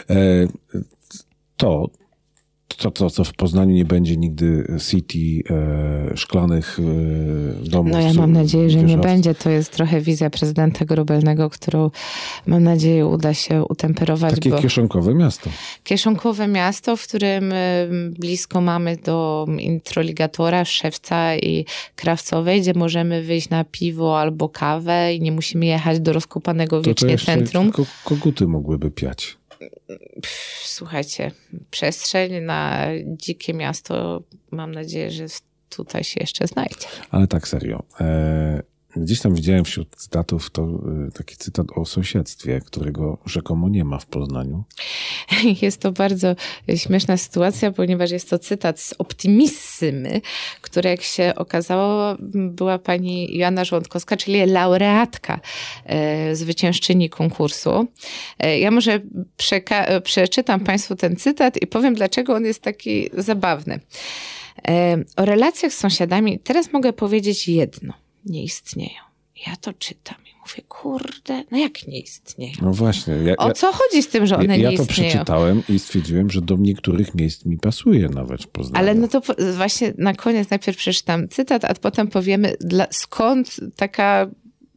[SPEAKER 1] To, co w Poznaniu nie będzie nigdy city szklanych domów.
[SPEAKER 4] No ja mam nadzieję, że nie będzie. To jest trochę wizja prezydenta Grobelnego, którą mam nadzieję uda się utemperować.
[SPEAKER 1] Takie kieszonkowe miasto.
[SPEAKER 4] Kieszonkowe miasto, w którym blisko mamy do introligatora, Szewca i Krawcowej, gdzie możemy wyjść na piwo albo kawę i nie musimy jechać do rozkopanego wiecznie centrum.
[SPEAKER 1] Koguty mogłyby piać.
[SPEAKER 4] Słuchajcie, przestrzeń na dzikie miasto, mam nadzieję, że tutaj się jeszcze znajdzie.
[SPEAKER 1] Ale tak serio. Gdzieś tam widziałem wśród cytatów taki cytat o sąsiedztwie, którego rzekomo nie ma w Poznaniu.
[SPEAKER 4] Jest to bardzo śmieszna sytuacja, ponieważ jest to cytat z Optimissymy, która jak się okazało była pani Joanna Żołądkowska, czyli laureatka, zwyciężczyni konkursu. Ja może przeczytam Państwu ten cytat i powiem, dlaczego on jest taki zabawny. O relacjach z sąsiadami teraz mogę powiedzieć jedno. Nie istnieją. Ja to czytam i mówię, kurde, no jak nie istnieją?
[SPEAKER 1] No właśnie.
[SPEAKER 4] O co chodzi z tym, że one nie istnieją?
[SPEAKER 1] Ja to przeczytałem i stwierdziłem, że do niektórych miejsc mi pasuje nawet w Poznaniu.
[SPEAKER 4] Ale no to właśnie na koniec najpierw przeczytam cytat, a potem powiemy, skąd taka...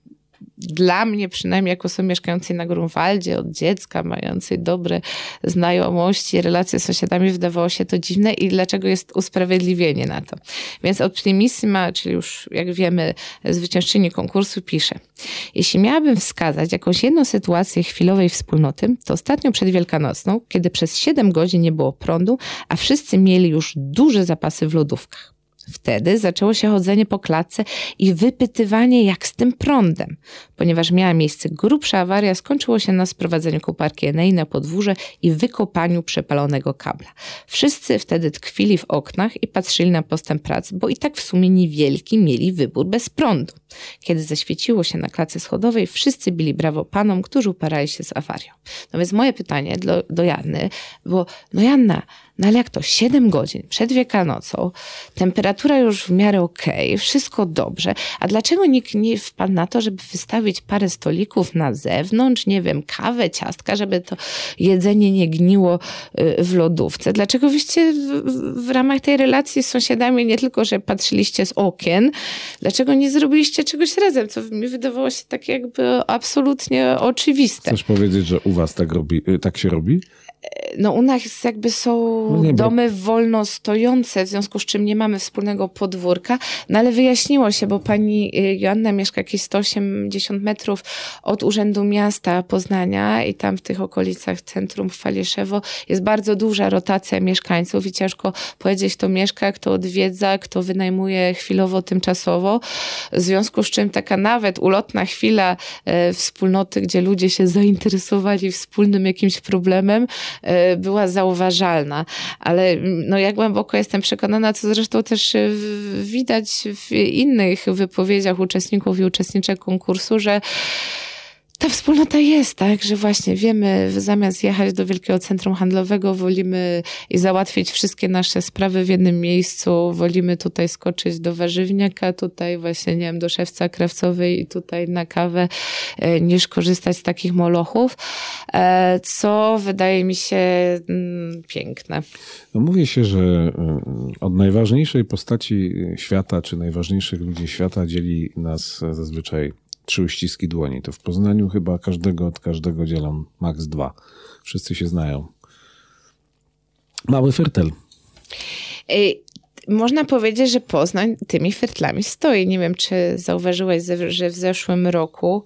[SPEAKER 4] Dla mnie przynajmniej, jako osoby mieszkającej na Grunwaldzie od dziecka, mającej dobre znajomości, relacje z sąsiadami, wydawało się to dziwne i dlaczego jest usprawiedliwienie na to. Więc Optimisma, czyli już jak wiemy zwyciężczyni konkursu, pisze: jeśli miałabym wskazać jakąś jedną sytuację chwilowej wspólnoty, to ostatnio przed Wielkanocną, kiedy przez 7 godzin nie było prądu, a wszyscy mieli już duże zapasy w lodówkach. Wtedy zaczęło się chodzenie po klatce i wypytywanie, jak z tym prądem. Ponieważ miała miejsce grubsza awaria, skończyło się na sprowadzeniu koparki Enei na podwórze i wykopaniu przepalonego kabla. Wszyscy wtedy tkwili w oknach i patrzyli na postęp prac, bo i tak w sumie niewielki mieli wybór bez prądu. Kiedy zaświeciło się na klatce schodowej, wszyscy bili brawo panom, którzy uparali się z awarią. No więc moje pytanie do Janny było, no Janna, no ale jak to 7 godzin przed Wielkanocą, temperatura już w miarę okej, wszystko dobrze, a dlaczego nikt nie wpadł na to, żeby wystawić parę stolików na zewnątrz, nie wiem, kawę, ciastka, żeby to jedzenie nie gniło w lodówce? Dlaczego wyście w ramach tej relacji z sąsiadami nie tylko, że patrzyliście z okien, dlaczego nie zrobiliście czegoś razem, co mi wydawało się tak jakby absolutnie oczywiste.
[SPEAKER 1] Chcesz powiedzieć, że u was tak się robi?
[SPEAKER 4] No u nas jakby są domy wolno stojące, w związku z czym nie mamy wspólnego podwórka, no ale wyjaśniło się, bo pani Joanna mieszka jakieś 180 metrów od Urzędu Miasta Poznania i tam w tych okolicach centrum w Falieszewo jest bardzo duża rotacja mieszkańców i ciężko powiedzieć, kto mieszka, kto odwiedza, kto wynajmuje chwilowo, tymczasowo, w związku z czym taka nawet ulotna chwila wspólnoty, gdzie ludzie się zainteresowali wspólnym jakimś problemem, była zauważalna, ale no ja głęboko jestem przekonana, co zresztą też widać w innych wypowiedziach uczestników i uczestniczek konkursu, że ta wspólnota jest, tak, że właśnie wiemy, zamiast jechać do wielkiego centrum handlowego, wolimy i załatwić wszystkie nasze sprawy w jednym miejscu, wolimy tutaj skoczyć do warzywniaka, tutaj właśnie, nie wiem, do Szewca Krawcowej i tutaj na kawę, niż korzystać z takich molochów, co wydaje mi się piękne.
[SPEAKER 1] No mówi się, że od najważniejszej postaci świata, czy najważniejszych ludzi świata dzieli nas zazwyczaj 3 uściski dłoni. To w Poznaniu chyba każdego od każdego dzielą maks 2. Wszyscy się znają. Mały firtel.
[SPEAKER 4] Można powiedzieć, że Poznań tymi firtlami stoi. Nie wiem, czy zauważyłeś, że w zeszłym roku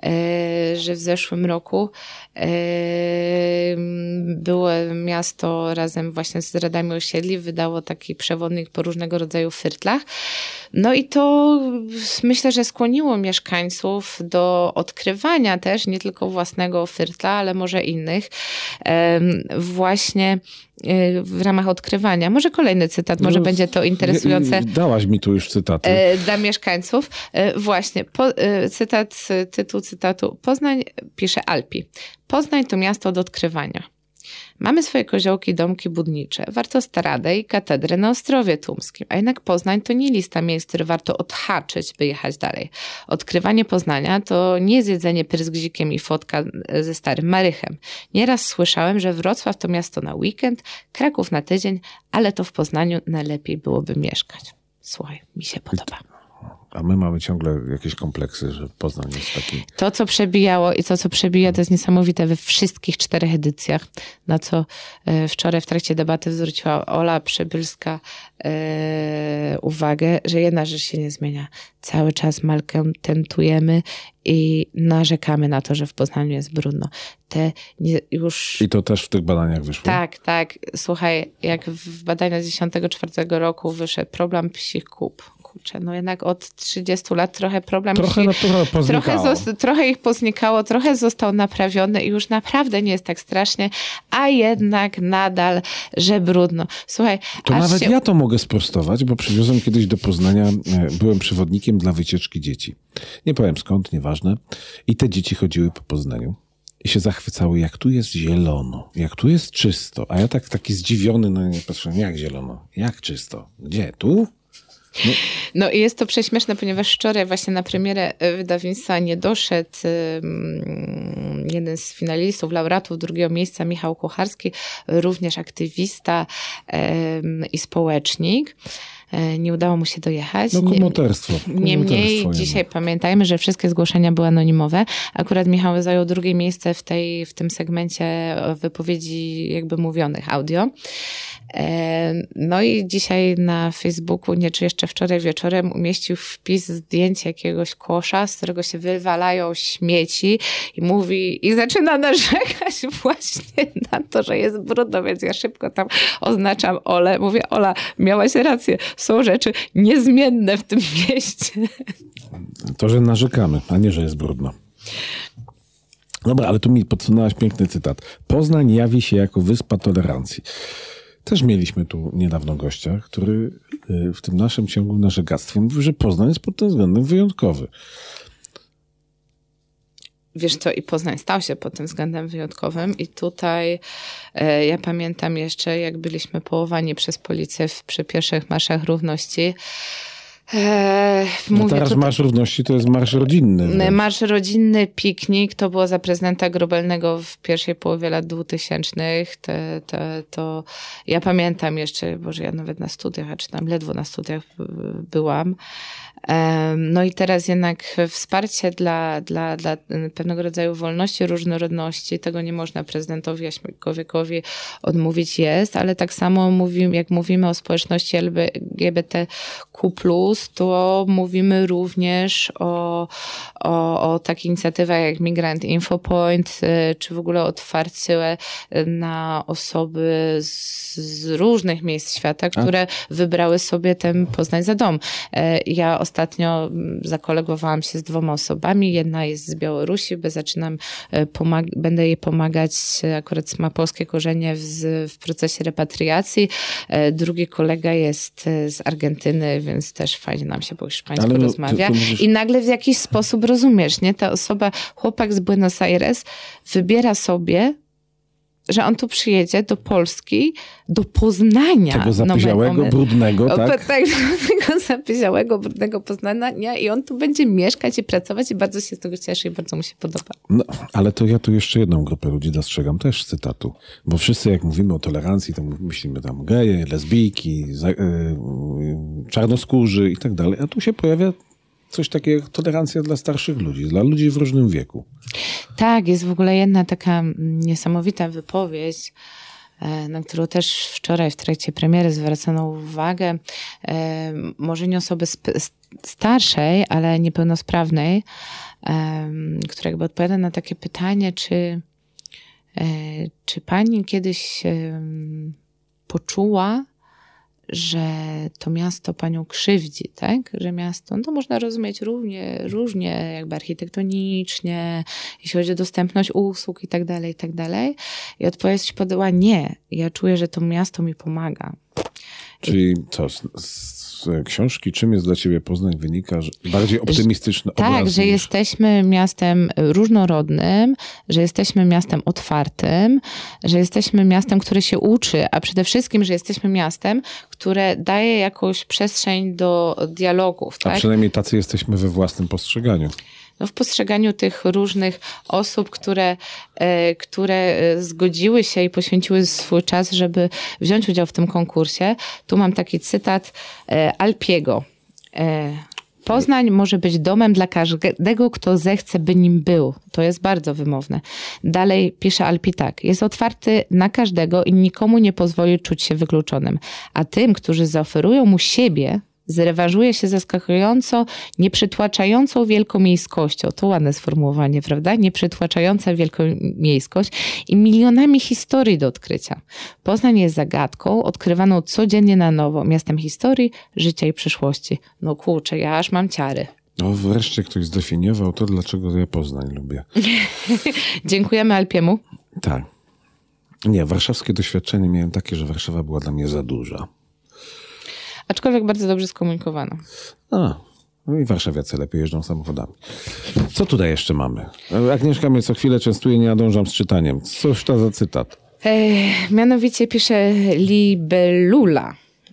[SPEAKER 4] było miasto razem właśnie z Radami Osiedli, wydało taki przewodnik po różnego rodzaju firtlach. No i to myślę, że skłoniło mieszkańców do odkrywania też nie tylko własnego firtla, ale może innych właśnie w ramach odkrywania. Może kolejny cytat, może będzie to interesujące.
[SPEAKER 1] Dałaś mi tu już cytaty.
[SPEAKER 4] Dla mieszkańców. Właśnie, tytuł cytatu. Poznań, pisze Alpi. Poznań to miasto do odkrywania. Mamy swoje koziołki, domki budnicze, Wartostaradę i katedrę na Ostrowie Tumskim, a jednak Poznań to nie lista miejsc, które warto odhaczyć, by jechać dalej. Odkrywanie Poznania to nie jest jedzenie pryzgzikiem i fotka ze starym Marychem. Nieraz słyszałem, że Wrocław to miasto na weekend, Kraków na tydzień, ale to w Poznaniu najlepiej byłoby mieszkać. Słuchaj, mi się podoba.
[SPEAKER 1] A my mamy ciągle jakieś kompleksy, że Poznań jest taki...
[SPEAKER 4] To, co przebijało i to, co przebija, to jest niesamowite we wszystkich 4 edycjach, na co wczoraj w trakcie debaty zwróciła Ola Przybylska uwagę, że jedna rzecz się nie zmienia. Cały czas malkontentujemy i narzekamy na to, że w Poznaniu jest brudno.
[SPEAKER 1] I to też w tych badaniach wyszło?
[SPEAKER 4] Tak. Słuchaj, jak w badaniach z 1994 roku wyszedł problem psich kup. kurczę, no jednak od 30 lat trochę problem
[SPEAKER 1] Trochę
[SPEAKER 4] ich poznikało, trochę został naprawiony i już naprawdę nie jest tak strasznie, a jednak nadal, że brudno. Słuchaj,
[SPEAKER 1] to nawet ja to mogę sprostować, bo przywiozłem kiedyś do Poznania, byłem przewodnikiem dla wycieczki dzieci. Nie powiem skąd, nieważne. I te dzieci chodziły po Poznaniu i się zachwycały, jak tu jest zielono, jak tu jest czysto. A ja taki zdziwiony, no nie patrzyłem, jak zielono, jak czysto, gdzie, tu?
[SPEAKER 4] No i jest to prześmieszne, ponieważ wczoraj właśnie na premierę wydawnictwa nie doszedł jeden z finalistów, laureatów drugiego miejsca, Michał Kucharski, również aktywista i społecznik. Nie udało mu się dojechać.
[SPEAKER 1] No komoterstwo.
[SPEAKER 4] Niemniej dzisiaj pamiętajmy, że wszystkie zgłoszenia były anonimowe. Akurat Michał zajął drugie miejsce w tym segmencie wypowiedzi jakby mówionych, audio. No i dzisiaj na Facebooku, nie czy jeszcze wczoraj wieczorem, umieścił wpis zdjęcia jakiegoś kosza, z którego się wywalają śmieci i mówi, i zaczyna narzekać właśnie na to, że jest brudno, więc ja szybko tam oznaczam Olę. Mówię, Ola, miałaś rację, są rzeczy niezmienne w tym mieście.
[SPEAKER 1] To, że narzekamy, a nie, że jest brudno. Dobra, ale tu mi podsunęłaś piękny cytat. Poznań jawi się jako wyspa tolerancji. Też mieliśmy tu niedawno gościa, który w tym naszym ciągu narzekactwie mówił, że Poznań jest pod tym względem wyjątkowy.
[SPEAKER 4] Wiesz co, i Poznań stał się pod tym względem wyjątkowym i tutaj ja pamiętam jeszcze, jak byliśmy połowani przez policję przy pierwszych marszach równości.
[SPEAKER 1] No teraz Marsz Równości to jest marsz rodzinny.
[SPEAKER 4] Marsz rodzinny, piknik, to było za prezydenta Grobelnego w pierwszej połowie lat 2000. To ja pamiętam jeszcze, Boże, ja nawet na studiach, a czy tam ledwo na studiach byłam. No i teraz jednak wsparcie dla pewnego rodzaju wolności, różnorodności, tego nie można prezydentowi Jaśmiekowi odmówić jest, ale tak samo jak mówimy o społeczności LGBTQ+, to mówimy również o takich inicjatywach jak Migrant Info Point, czy w ogóle otwarcie na osoby z różnych miejsc świata, które wybrały sobie ten Poznań za dom. Ja ostatnio zakolegowałam się z 2 osobami. Jedna jest z Białorusi, będę jej pomagać, akurat ma polskie korzenie w procesie repatriacji. Drugi kolega jest z Argentyny, więc też fajnie nam się po hiszpańsku rozmawia. I nagle w jakiś sposób rozumiesz, nie? Ta osoba, chłopak z Buenos Aires wybiera sobie, że on tu przyjedzie do Polski, do Poznania.
[SPEAKER 1] Tego zapyziałego, brudnego, tak?
[SPEAKER 4] Tak, tego zapyziałego, brudnego Poznania i on tu będzie mieszkać i pracować i bardzo się z tego cieszy i bardzo mu się podoba.
[SPEAKER 1] No, ale to ja tu jeszcze jedną grupę ludzi dostrzegam też z cytatu. Bo wszyscy jak mówimy o tolerancji, to myślimy tam geje, lesbijki, czarnoskórzy i tak dalej, a tu się pojawia coś takiego jak tolerancja dla starszych ludzi, dla ludzi w różnym wieku.
[SPEAKER 4] Tak, jest w ogóle jedna taka niesamowita wypowiedź, na którą też wczoraj w trakcie premiery zwracano uwagę. Może nie osoby starszej, ale niepełnosprawnej, która jakby odpowiada na takie pytanie, czy pani kiedyś poczuła, że to miasto panią krzywdzi, tak? Że miasto, no to można rozumieć różnie, jakby architektonicznie, jeśli chodzi o dostępność usług i tak dalej, i tak dalej. I odpowiedź podała nie. Ja czuję, że to miasto mi pomaga.
[SPEAKER 1] Czyli co, z książki czym jest dla ciebie Poznań wynika, że bardziej optymistyczny obraz?
[SPEAKER 4] Tak, że jesteśmy miastem różnorodnym, że jesteśmy miastem otwartym, że jesteśmy miastem, które się uczy, a przede wszystkim, że jesteśmy miastem, które daje jakąś przestrzeń do dialogów. Tak?
[SPEAKER 1] A przynajmniej tacy jesteśmy we własnym postrzeganiu.
[SPEAKER 4] No w postrzeganiu tych różnych osób, które zgodziły się i poświęciły swój czas, żeby wziąć udział w tym konkursie. Tu mam taki cytat Alpiego. Poznań może być domem dla każdego, kto zechce, by nim był. To jest bardzo wymowne. Dalej pisze Alpi tak. Jest otwarty na każdego i nikomu nie pozwoli czuć się wykluczonym. A tym, którzy zaoferują mu siebie, zrewanżuje się zaskakująco, nieprzytłaczającą wielkomiejskością. To ładne sformułowanie, prawda? Nieprzytłaczająca wielkomiejskość i milionami historii do odkrycia. Poznań jest zagadką, odkrywaną codziennie na nowo, miastem historii, życia i przyszłości. No kurczę, ja aż mam ciary.
[SPEAKER 1] No wreszcie ktoś zdefiniował to, dlaczego ja Poznań lubię.
[SPEAKER 4] Dziękujemy Alpiemu.
[SPEAKER 1] Tak. Nie, warszawskie doświadczenie miałem takie, że Warszawa była dla mnie za duża.
[SPEAKER 4] Aczkolwiek bardzo dobrze skomunikowana.
[SPEAKER 1] No i warszawiacy lepiej jeżdżą samochodami. Co tutaj jeszcze mamy? Agnieszka mnie co chwilę częstuje, nie nadążam z czytaniem. Cóż to za cytat?
[SPEAKER 4] Mianowicie pisze Libellula.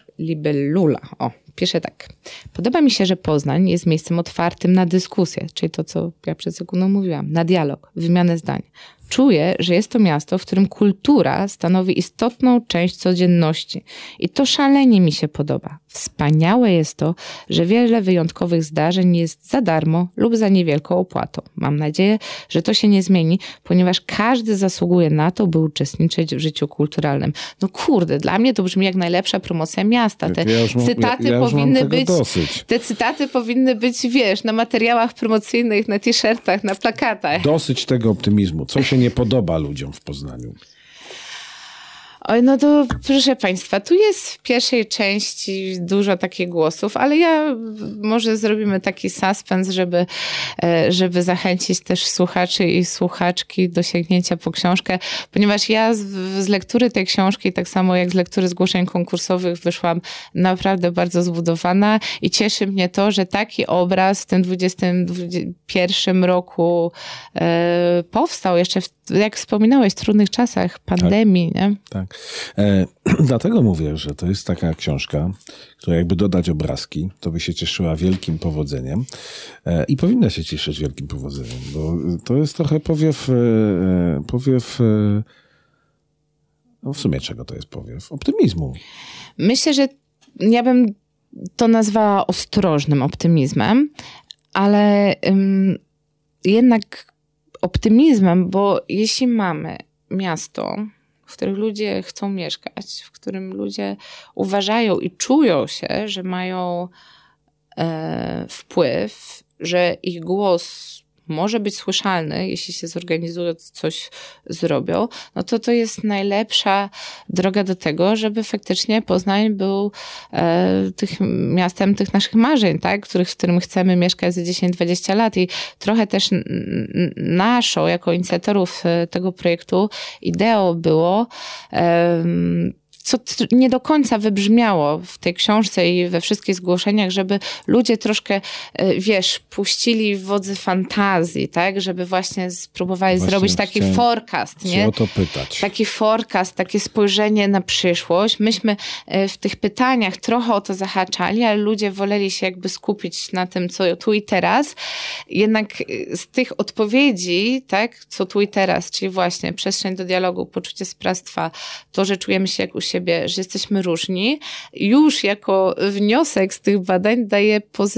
[SPEAKER 4] Pisze tak. Podoba mi się, że Poznań jest miejscem otwartym na dyskusję, czyli to, co ja przed sekundą mówiłam, na dialog, wymianę zdań. Czuję, że jest to miasto, w którym kultura stanowi istotną część codzienności. I to szalenie mi się podoba. Wspaniałe jest to, że wiele wyjątkowych zdarzeń jest za darmo lub za niewielką opłatą. Mam nadzieję, że to się nie zmieni, ponieważ każdy zasługuje na to, by uczestniczyć w życiu kulturalnym. No kurde, dla mnie to brzmi jak najlepsza promocja miasta. Te cytaty powinny być, wiesz, na materiałach promocyjnych, na t-shirtach, na plakatach.
[SPEAKER 1] Dosyć tego optymizmu. Co się nie podoba ludziom w Poznaniu?
[SPEAKER 4] Oj, no to proszę Państwa, tu jest w pierwszej części dużo takich głosów, ale może zrobimy taki suspens, żeby zachęcić też słuchaczy i słuchaczki do sięgnięcia po książkę, ponieważ ja z lektury tej książki, tak samo jak z lektury zgłoszeń konkursowych, wyszłam naprawdę bardzo zbudowana i cieszy mnie to, że taki obraz w tym 2021 roku powstał jeszcze jak wspominałeś, w trudnych czasach pandemii. Tak, nie?
[SPEAKER 1] Tak. Dlatego mówię, że to jest taka książka, która jakby dodać obrazki, to by się cieszyła wielkim powodzeniem i powinna się cieszyć wielkim powodzeniem, bo to jest trochę powiew no w sumie czego to jest powiew? Optymizmu.
[SPEAKER 4] Myślę, że ja bym to nazwała ostrożnym optymizmem, ale jednak optymizmem, bo jeśli mamy miasto, w którym ludzie chcą mieszkać, w którym ludzie uważają i czują się, że mają wpływ, że ich głos może być słyszalny, jeśli się zorganizują, coś zrobią, no to jest najlepsza droga do tego, żeby faktycznie Poznań był miastem tych naszych marzeń, tak? W którym chcemy mieszkać za 10-20 lat i trochę też naszą, jako inicjatorów tego projektu, ideą było co nie do końca wybrzmiało w tej książce i we wszystkich zgłoszeniach, żeby ludzie troszkę, puścili wodze fantazji, tak? Żeby właśnie spróbowali zrobić taki forecast, nie?
[SPEAKER 1] O to pytać.
[SPEAKER 4] Taki forecast, takie spojrzenie na przyszłość. Myśmy w tych pytaniach trochę o to zahaczali, ale ludzie woleli się jakby skupić na tym, co tu i teraz. Jednak z tych odpowiedzi, tak? Co tu i teraz, czyli właśnie przestrzeń do dialogu, poczucie sprawstwa, to, że czujemy się jak u siebie, że jesteśmy różni, już jako wniosek z tych badań daje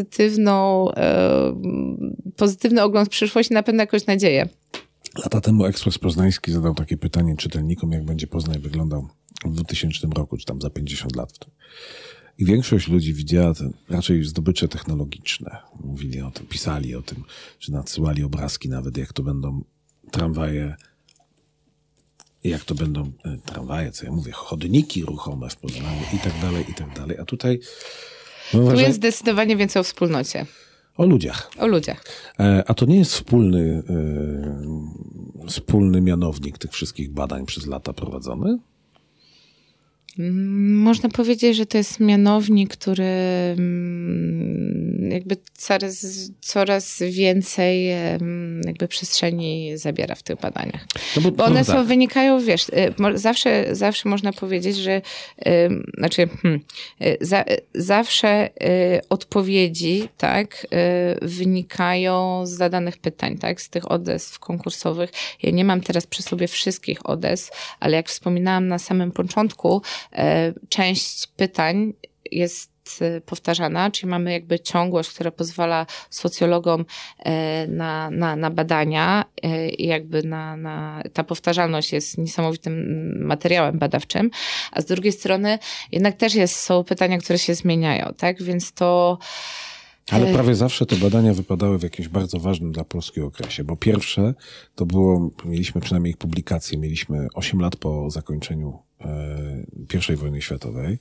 [SPEAKER 4] pozytywny ogląd w przyszłość i na pewno jakąś nadzieję.
[SPEAKER 1] Lata temu Ekspres Poznański zadał takie pytanie czytelnikom, jak będzie Poznań wyglądał w 2000 roku, czy tam za 50 lat. I większość ludzi widziała raczej zdobycze technologiczne. Mówili o tym, pisali o tym, czy nadsyłali obrazki nawet, jak to będą tramwaje, co ja mówię, chodniki ruchome w Poznaniu i tak dalej, i tak dalej. A tutaj...
[SPEAKER 4] Tu jest zdecydowanie więcej o wspólnocie.
[SPEAKER 1] O ludziach.
[SPEAKER 4] O ludziach.
[SPEAKER 1] A to nie jest wspólny mianownik tych wszystkich badań przez lata prowadzony?
[SPEAKER 4] Można powiedzieć, że to jest mianownik, który jakby coraz więcej jakby przestrzeni zabiera w tych badaniach. No bo one wynikają, zawsze można powiedzieć, że zawsze odpowiedzi, tak, wynikają z zadanych pytań, tak, z tych odezw konkursowych. Ja nie mam teraz przy sobie wszystkich odezw, ale jak wspominałam na samym początku, część pytań jest jest powtarzana, czyli mamy jakby ciągłość, która pozwala socjologom na badania i jakby ta powtarzalność jest niesamowitym materiałem badawczym, a z drugiej strony jednak też są pytania, które się zmieniają, tak? Więc to...
[SPEAKER 1] Ale prawie zawsze te badania wypadały w jakimś bardzo ważnym dla Polski okresie, bo pierwsze to było, mieliśmy przynajmniej ich publikacje, mieliśmy 8 lat po zakończeniu I wojny światowej,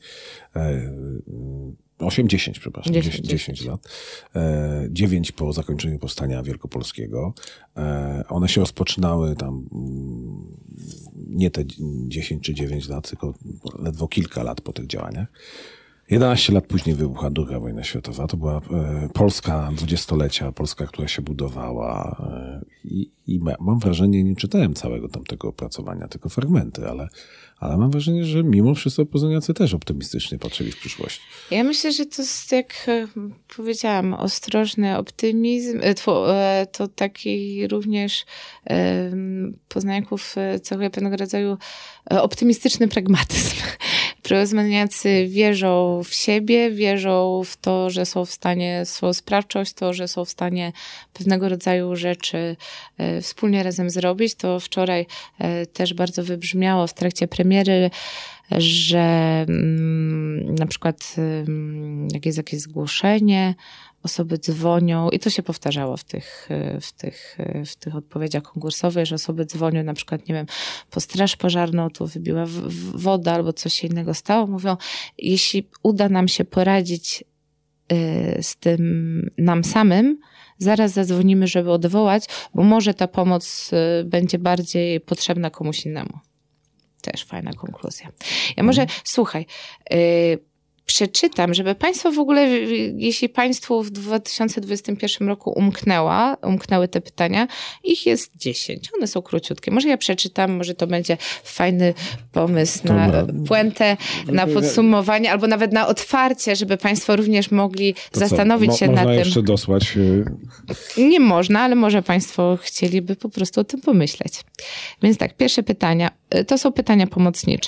[SPEAKER 1] 10 lat, 9 po zakończeniu Powstania Wielkopolskiego. One się rozpoczynały tam nie te 10 czy 9 lat, tylko ledwo kilka lat po tych działaniach. 11 lat później wybuchła II wojna światowa. To była Polska dwudziestolecia, Polska, która się budowała i mam wrażenie, nie czytałem całego tamtego opracowania, tylko fragmenty, ale mam wrażenie, że mimo wszystko poznaniacy też optymistycznie patrzyli w przyszłość.
[SPEAKER 4] Ja myślę, że to jest, jak powiedziałam, ostrożny optymizm, to taki również poznaniaków cechuje pewnego rodzaju optymistyczny pragmatyzm. Poznaniacy wierzą w siebie, wierzą w to, że są w stanie swoją sprawczość, to, że są w stanie pewnego rodzaju rzeczy wspólnie razem zrobić. To wczoraj też bardzo wybrzmiało w trakcie premiery, że na przykład jak jest jakieś zgłoszenie, osoby dzwonią i to się powtarzało w tych odpowiedziach konkursowych, że osoby dzwonią na przykład, nie wiem, po straż pożarną, tu wybiła woda albo coś się innego stało. Mówią, jeśli uda nam się poradzić z tym nam samym, zaraz zadzwonimy, żeby odwołać, bo może ta pomoc będzie bardziej potrzebna komuś innemu. Też fajna konkluzja. Ja może, słuchaj, przeczytam, żeby Państwo w ogóle, jeśli Państwu w 2021 roku umknęły te pytania, ich jest 10. One są króciutkie. Może ja przeczytam, może to będzie fajny pomysł na puentę, na podsumowanie, albo nawet na otwarcie, żeby Państwo również mogli zastanowić się nad tym.
[SPEAKER 1] Można jeszcze dosłać?
[SPEAKER 4] Nie można, ale może Państwo chcieliby po prostu o tym pomyśleć. Więc tak, pierwsze pytania, to są pytania pomocnicze.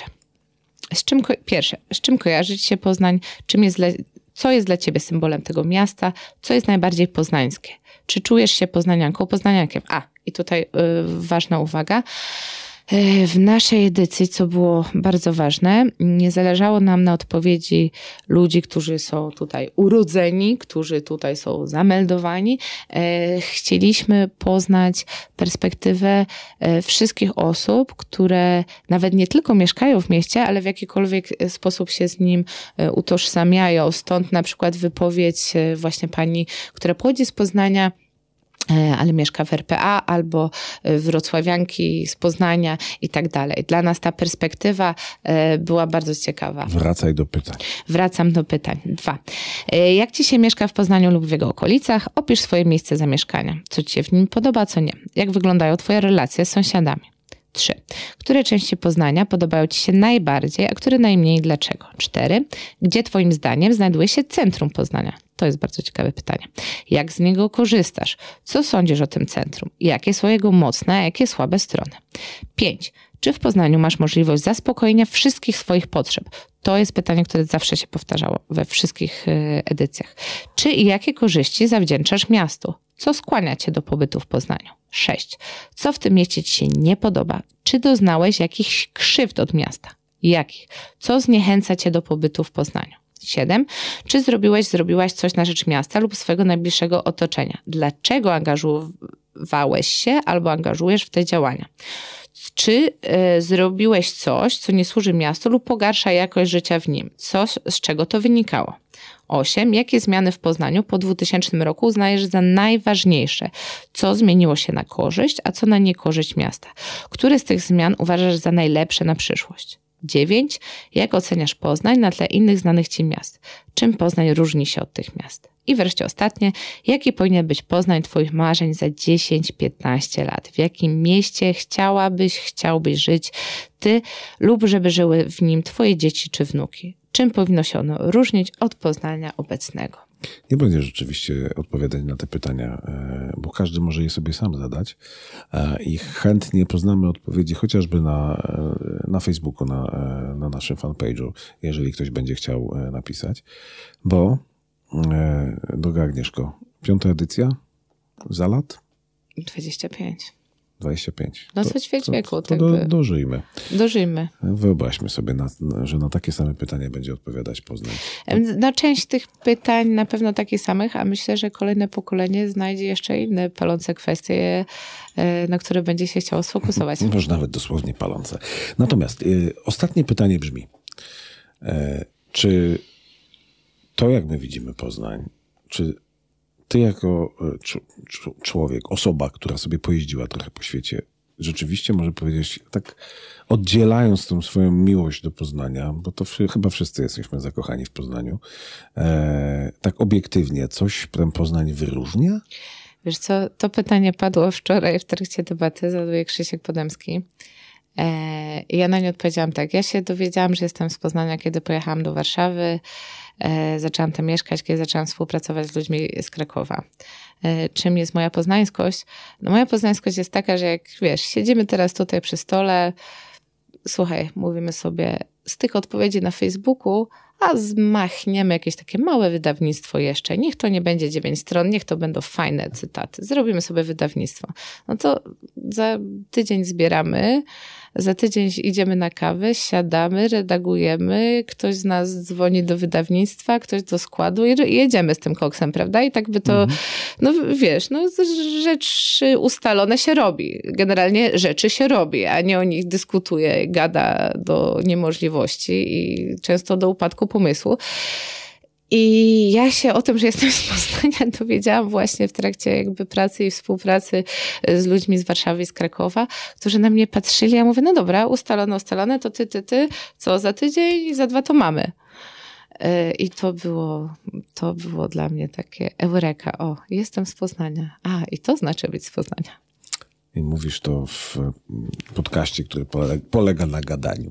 [SPEAKER 4] Z czym kojarzy ci się Poznań? Co jest dla ciebie symbolem tego miasta? Co jest najbardziej poznańskie? Czy czujesz się poznanianką, poznaniankiem? I tutaj ważna uwaga. W naszej edycji, co było bardzo ważne, nie zależało nam na odpowiedzi ludzi, którzy są tutaj urodzeni, którzy tutaj są zameldowani. Chcieliśmy poznać perspektywę wszystkich osób, które nawet nie tylko mieszkają w mieście, ale w jakikolwiek sposób się z nim utożsamiają. Stąd na przykład wypowiedź właśnie pani, która pochodzi z Poznania, ale mieszka w RPA, albo wrocławianki z Poznania i tak dalej. Dla nas ta perspektywa była bardzo ciekawa.
[SPEAKER 1] Wracaj do pytań.
[SPEAKER 4] Wracam do pytań. 2. Jak ci się mieszka w Poznaniu lub w jego okolicach? Opisz swoje miejsce zamieszkania. Co ci się w nim podoba, co nie? Jak wyglądają twoje relacje z sąsiadami? 3. Które części Poznania podobają ci się najbardziej, a które najmniej? Dlaczego? 4. Gdzie twoim zdaniem znajduje się centrum Poznania? To jest bardzo ciekawe pytanie. Jak z niego korzystasz? Co sądzisz o tym centrum? Jakie są jego mocne, a jakie słabe strony? 5. Czy w Poznaniu masz możliwość zaspokojenia wszystkich swoich potrzeb? To jest pytanie, które zawsze się powtarzało we wszystkich edycjach. Czy i jakie korzyści zawdzięczasz miastu? Co skłania cię do pobytu w Poznaniu? 6. Co w tym mieście ci się nie podoba? Czy doznałeś jakichś krzywd od miasta? Jakich? Co zniechęca cię do pobytu w Poznaniu? 7. Czy zrobiłaś coś na rzecz miasta lub swojego najbliższego otoczenia? Dlaczego angażowałeś się albo angażujesz w te działania? Czy zrobiłeś coś, co nie służy miastu lub pogarsza jakość życia w nim? Z czego to wynikało? 8. Jakie zmiany w Poznaniu po 2000 roku uznajesz za najważniejsze? Co zmieniło się na korzyść, a co na niekorzyść miasta? Które z tych zmian uważasz za najlepsze na przyszłość? 9. Jak oceniasz Poznań na tle innych znanych ci miast? Czym Poznań różni się od tych miast? I wreszcie ostatnie. Jaki powinien być Poznań twoich marzeń za 10-15 lat? W jakim mieście chciałbyś żyć ty lub żeby żyły w nim twoje dzieci czy wnuki? Czym powinno się ono różnić od Poznania obecnego?
[SPEAKER 1] Nie będę rzeczywiście odpowiadać na te pytania, bo każdy może je sobie sam zadać i chętnie poznamy odpowiedzi chociażby na Facebooku, na naszym fanpage'u, jeżeli ktoś będzie chciał napisać. Bo, droga Agnieszko, 5. edycja za lat?
[SPEAKER 4] 25.
[SPEAKER 1] 25.
[SPEAKER 4] No co ćwierć wieku.
[SPEAKER 1] To dożyjmy.
[SPEAKER 4] Dożyjmy.
[SPEAKER 1] Wyobraźmy sobie, że na takie same pytania będzie odpowiadać Poznań.
[SPEAKER 4] Na część tych pytań na pewno takich samych, a myślę, że kolejne pokolenie znajdzie jeszcze inne palące kwestie, na które będzie się chciało sfokusować.
[SPEAKER 1] Może nawet dosłownie palące. Natomiast ostatnie pytanie brzmi. Czy to, jak my widzimy Poznań, czy ty jako człowiek, osoba, która sobie pojeździła trochę po świecie, rzeczywiście może powiedzieć, tak oddzielając tą swoją miłość do Poznania, bo to chyba wszyscy jesteśmy zakochani w Poznaniu, tak obiektywnie, coś ten Poznań wyróżnia?
[SPEAKER 4] Wiesz co, to pytanie padło wczoraj w trakcie debaty, zadał Krzysiek Podemski. I ja na nie odpowiedziałam tak. Ja się dowiedziałam, że jestem z Poznania, kiedy pojechałam do Warszawy. Zaczęłam tam mieszkać, kiedy zaczęłam współpracować z ludźmi z Krakowa. Czym jest moja poznańskość? No moja poznańskość jest taka, że jak wiesz, siedzimy teraz tutaj przy stole, słuchaj, mówimy sobie z tych odpowiedzi na Facebooku, a zmachniemy jakieś takie małe wydawnictwo jeszcze. Niech to nie będzie 9 stron, niech to będą fajne cytaty. Zrobimy sobie wydawnictwo. No to za tydzień zbieramy, za tydzień idziemy na kawę, siadamy, redagujemy, ktoś z nas dzwoni do wydawnictwa, ktoś do składu i jedziemy z tym koksem, prawda? I tak by to, no wiesz, no rzeczy ustalone się robi. Generalnie rzeczy się robi, a nie o nich dyskutuje, gada do niemożliwości i często do upadku pomysłu. I ja się o tym, że jestem z Poznania, dowiedziałam właśnie w trakcie jakby pracy i współpracy z ludźmi z Warszawy i z Krakowa, którzy na mnie patrzyli. Ja mówię, no dobra, ustalone, to ty, co za tydzień i za 2 to mamy. I to było dla mnie takie eureka. O, jestem z Poznania. A, i to znaczy być z Poznania.
[SPEAKER 1] I mówisz to w podcaście, który polega na gadaniu.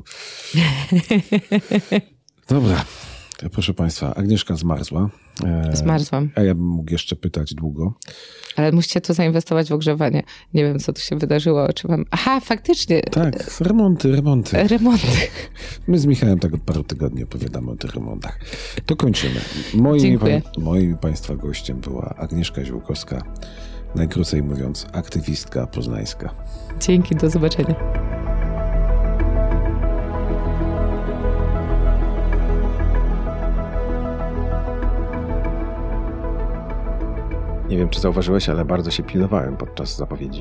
[SPEAKER 1] Dobra. Proszę Państwa, Agnieszka zmarzła.
[SPEAKER 4] Zmarzłam.
[SPEAKER 1] A ja bym mógł jeszcze pytać długo.
[SPEAKER 4] Ale musicie tu zainwestować w ogrzewanie. Nie wiem, co tu się wydarzyło. Czy mam... Aha, faktycznie.
[SPEAKER 1] Tak, remonty.
[SPEAKER 4] Remonty.
[SPEAKER 1] My z Michałem tak od paru tygodni opowiadamy o tych remontach. To kończymy. Moim i Państwa gościem była Agnieszka Ziółkowska. Najkrócej mówiąc, aktywistka poznańska.
[SPEAKER 4] Dzięki, do zobaczenia.
[SPEAKER 2] Nie wiem, czy zauważyłeś, ale bardzo się pilnowałem podczas zapowiedzi.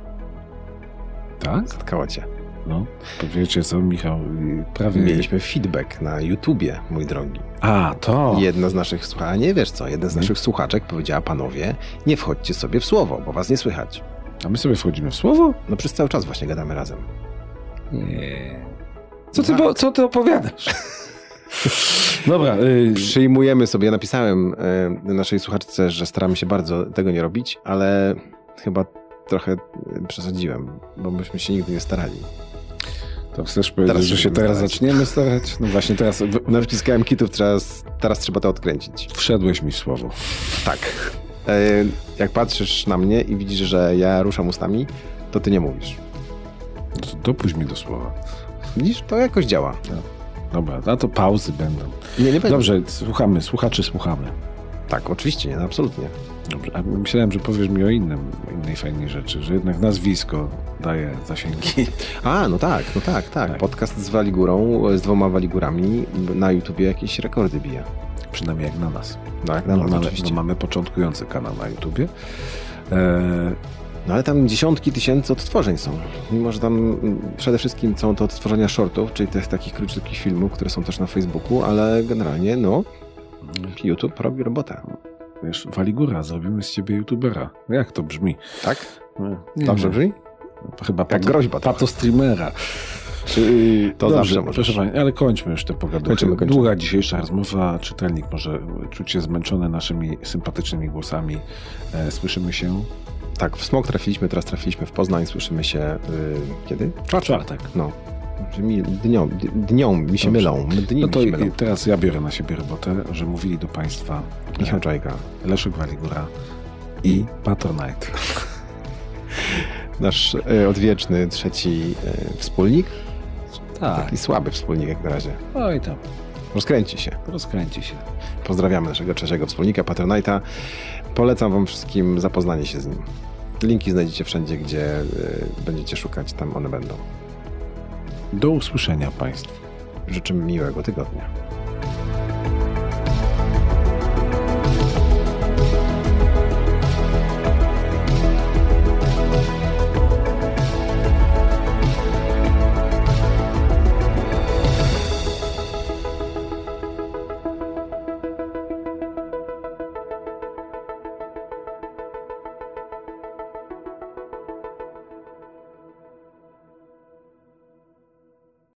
[SPEAKER 1] Tak?
[SPEAKER 2] Zatkało cię.
[SPEAKER 1] No, to wiecie co, Michał, prawie...
[SPEAKER 2] Mieliśmy feedback na YouTubie, mój drogi.
[SPEAKER 1] A, to...
[SPEAKER 2] Jedna z naszych jeden z naszych słuchaczek powiedziała, panowie, nie wchodźcie sobie w słowo, bo was nie słychać.
[SPEAKER 1] A my sobie wchodzimy w słowo?
[SPEAKER 2] No przez cały czas właśnie gadamy razem.
[SPEAKER 1] Nie. Co ty opowiadasz? Dobra.
[SPEAKER 2] Przyjmujemy sobie, ja napisałem naszej słuchaczce, że staramy się bardzo tego nie robić, ale chyba trochę przesadziłem, bo myśmy się nigdy nie starali.
[SPEAKER 1] To chcesz powiedzieć, że się teraz zaczniemy starać? No właśnie teraz...
[SPEAKER 2] Nawciskałem kitów, teraz trzeba to odkręcić.
[SPEAKER 1] Wszedłeś mi w słowo.
[SPEAKER 2] Tak. Jak patrzysz na mnie i widzisz, że ja ruszam ustami, to ty nie mówisz.
[SPEAKER 1] Dopuść mi do słowa.
[SPEAKER 2] Widzisz? To jakoś działa.
[SPEAKER 1] No. Dobra, a to pauzy będą.
[SPEAKER 2] Nie będą.
[SPEAKER 1] Dobrze, słuchaczy słuchamy.
[SPEAKER 2] Tak, oczywiście, nie, absolutnie.
[SPEAKER 1] Dobrze, a myślałem, że powiesz mi o innej fajnej rzeczy, że jednak nazwisko daje zasięgi.
[SPEAKER 2] A, no tak. Podcast z Waligurą, z 2 Waligurami na YouTubie jakieś rekordy bije.
[SPEAKER 1] Przynajmniej jak na nas.
[SPEAKER 2] No jak na nas, oczywiście.
[SPEAKER 1] Mamy początkujący kanał na YouTubie.
[SPEAKER 2] No ale tam dziesiątki tysięcy odtworzeń są. Mimo, że tam przede wszystkim są to odtworzenia shortów, czyli tych takich króciutkich filmów, które są też na Facebooku, ale generalnie YouTube robi robotę.
[SPEAKER 1] Wiesz, Waligura, zrobimy z ciebie youtubera. Jak to brzmi?
[SPEAKER 2] Tak?
[SPEAKER 1] Nie,
[SPEAKER 2] dobrze brzmi?
[SPEAKER 1] To chyba
[SPEAKER 2] jak groźba.
[SPEAKER 1] Pato streamera.
[SPEAKER 2] To dobrze, zawsze
[SPEAKER 1] proszę Państwa, ale kończmy już te pogaduchy.
[SPEAKER 2] Kończymy.
[SPEAKER 1] Długa dzisiejsza rozmowa. Czytelnik może czuć się zmęczony naszymi sympatycznymi głosami. Słyszymy się...
[SPEAKER 2] Tak, w Smok trafiliśmy, teraz trafiliśmy w Poznań. Słyszymy się kiedy?
[SPEAKER 1] Czwartek.
[SPEAKER 2] No. Dnią mi się mylą.
[SPEAKER 1] No to teraz ja biorę na siebie robotę, że mówili do Państwa
[SPEAKER 2] Michał Czajka,
[SPEAKER 1] Leszek Waligura i Patronite.
[SPEAKER 2] Nasz odwieczny trzeci wspólnik.
[SPEAKER 1] Tak.
[SPEAKER 2] Taki słaby wspólnik jak na razie.
[SPEAKER 1] Oj tam.
[SPEAKER 2] Rozkręci się. Pozdrawiamy naszego trzeciego wspólnika, Patronite'a. Polecam wam wszystkim zapoznanie się z nim. Linki znajdziecie wszędzie, gdzie będziecie szukać, tam one będą.
[SPEAKER 1] Do usłyszenia Państwu.
[SPEAKER 2] Życzymy miłego tygodnia.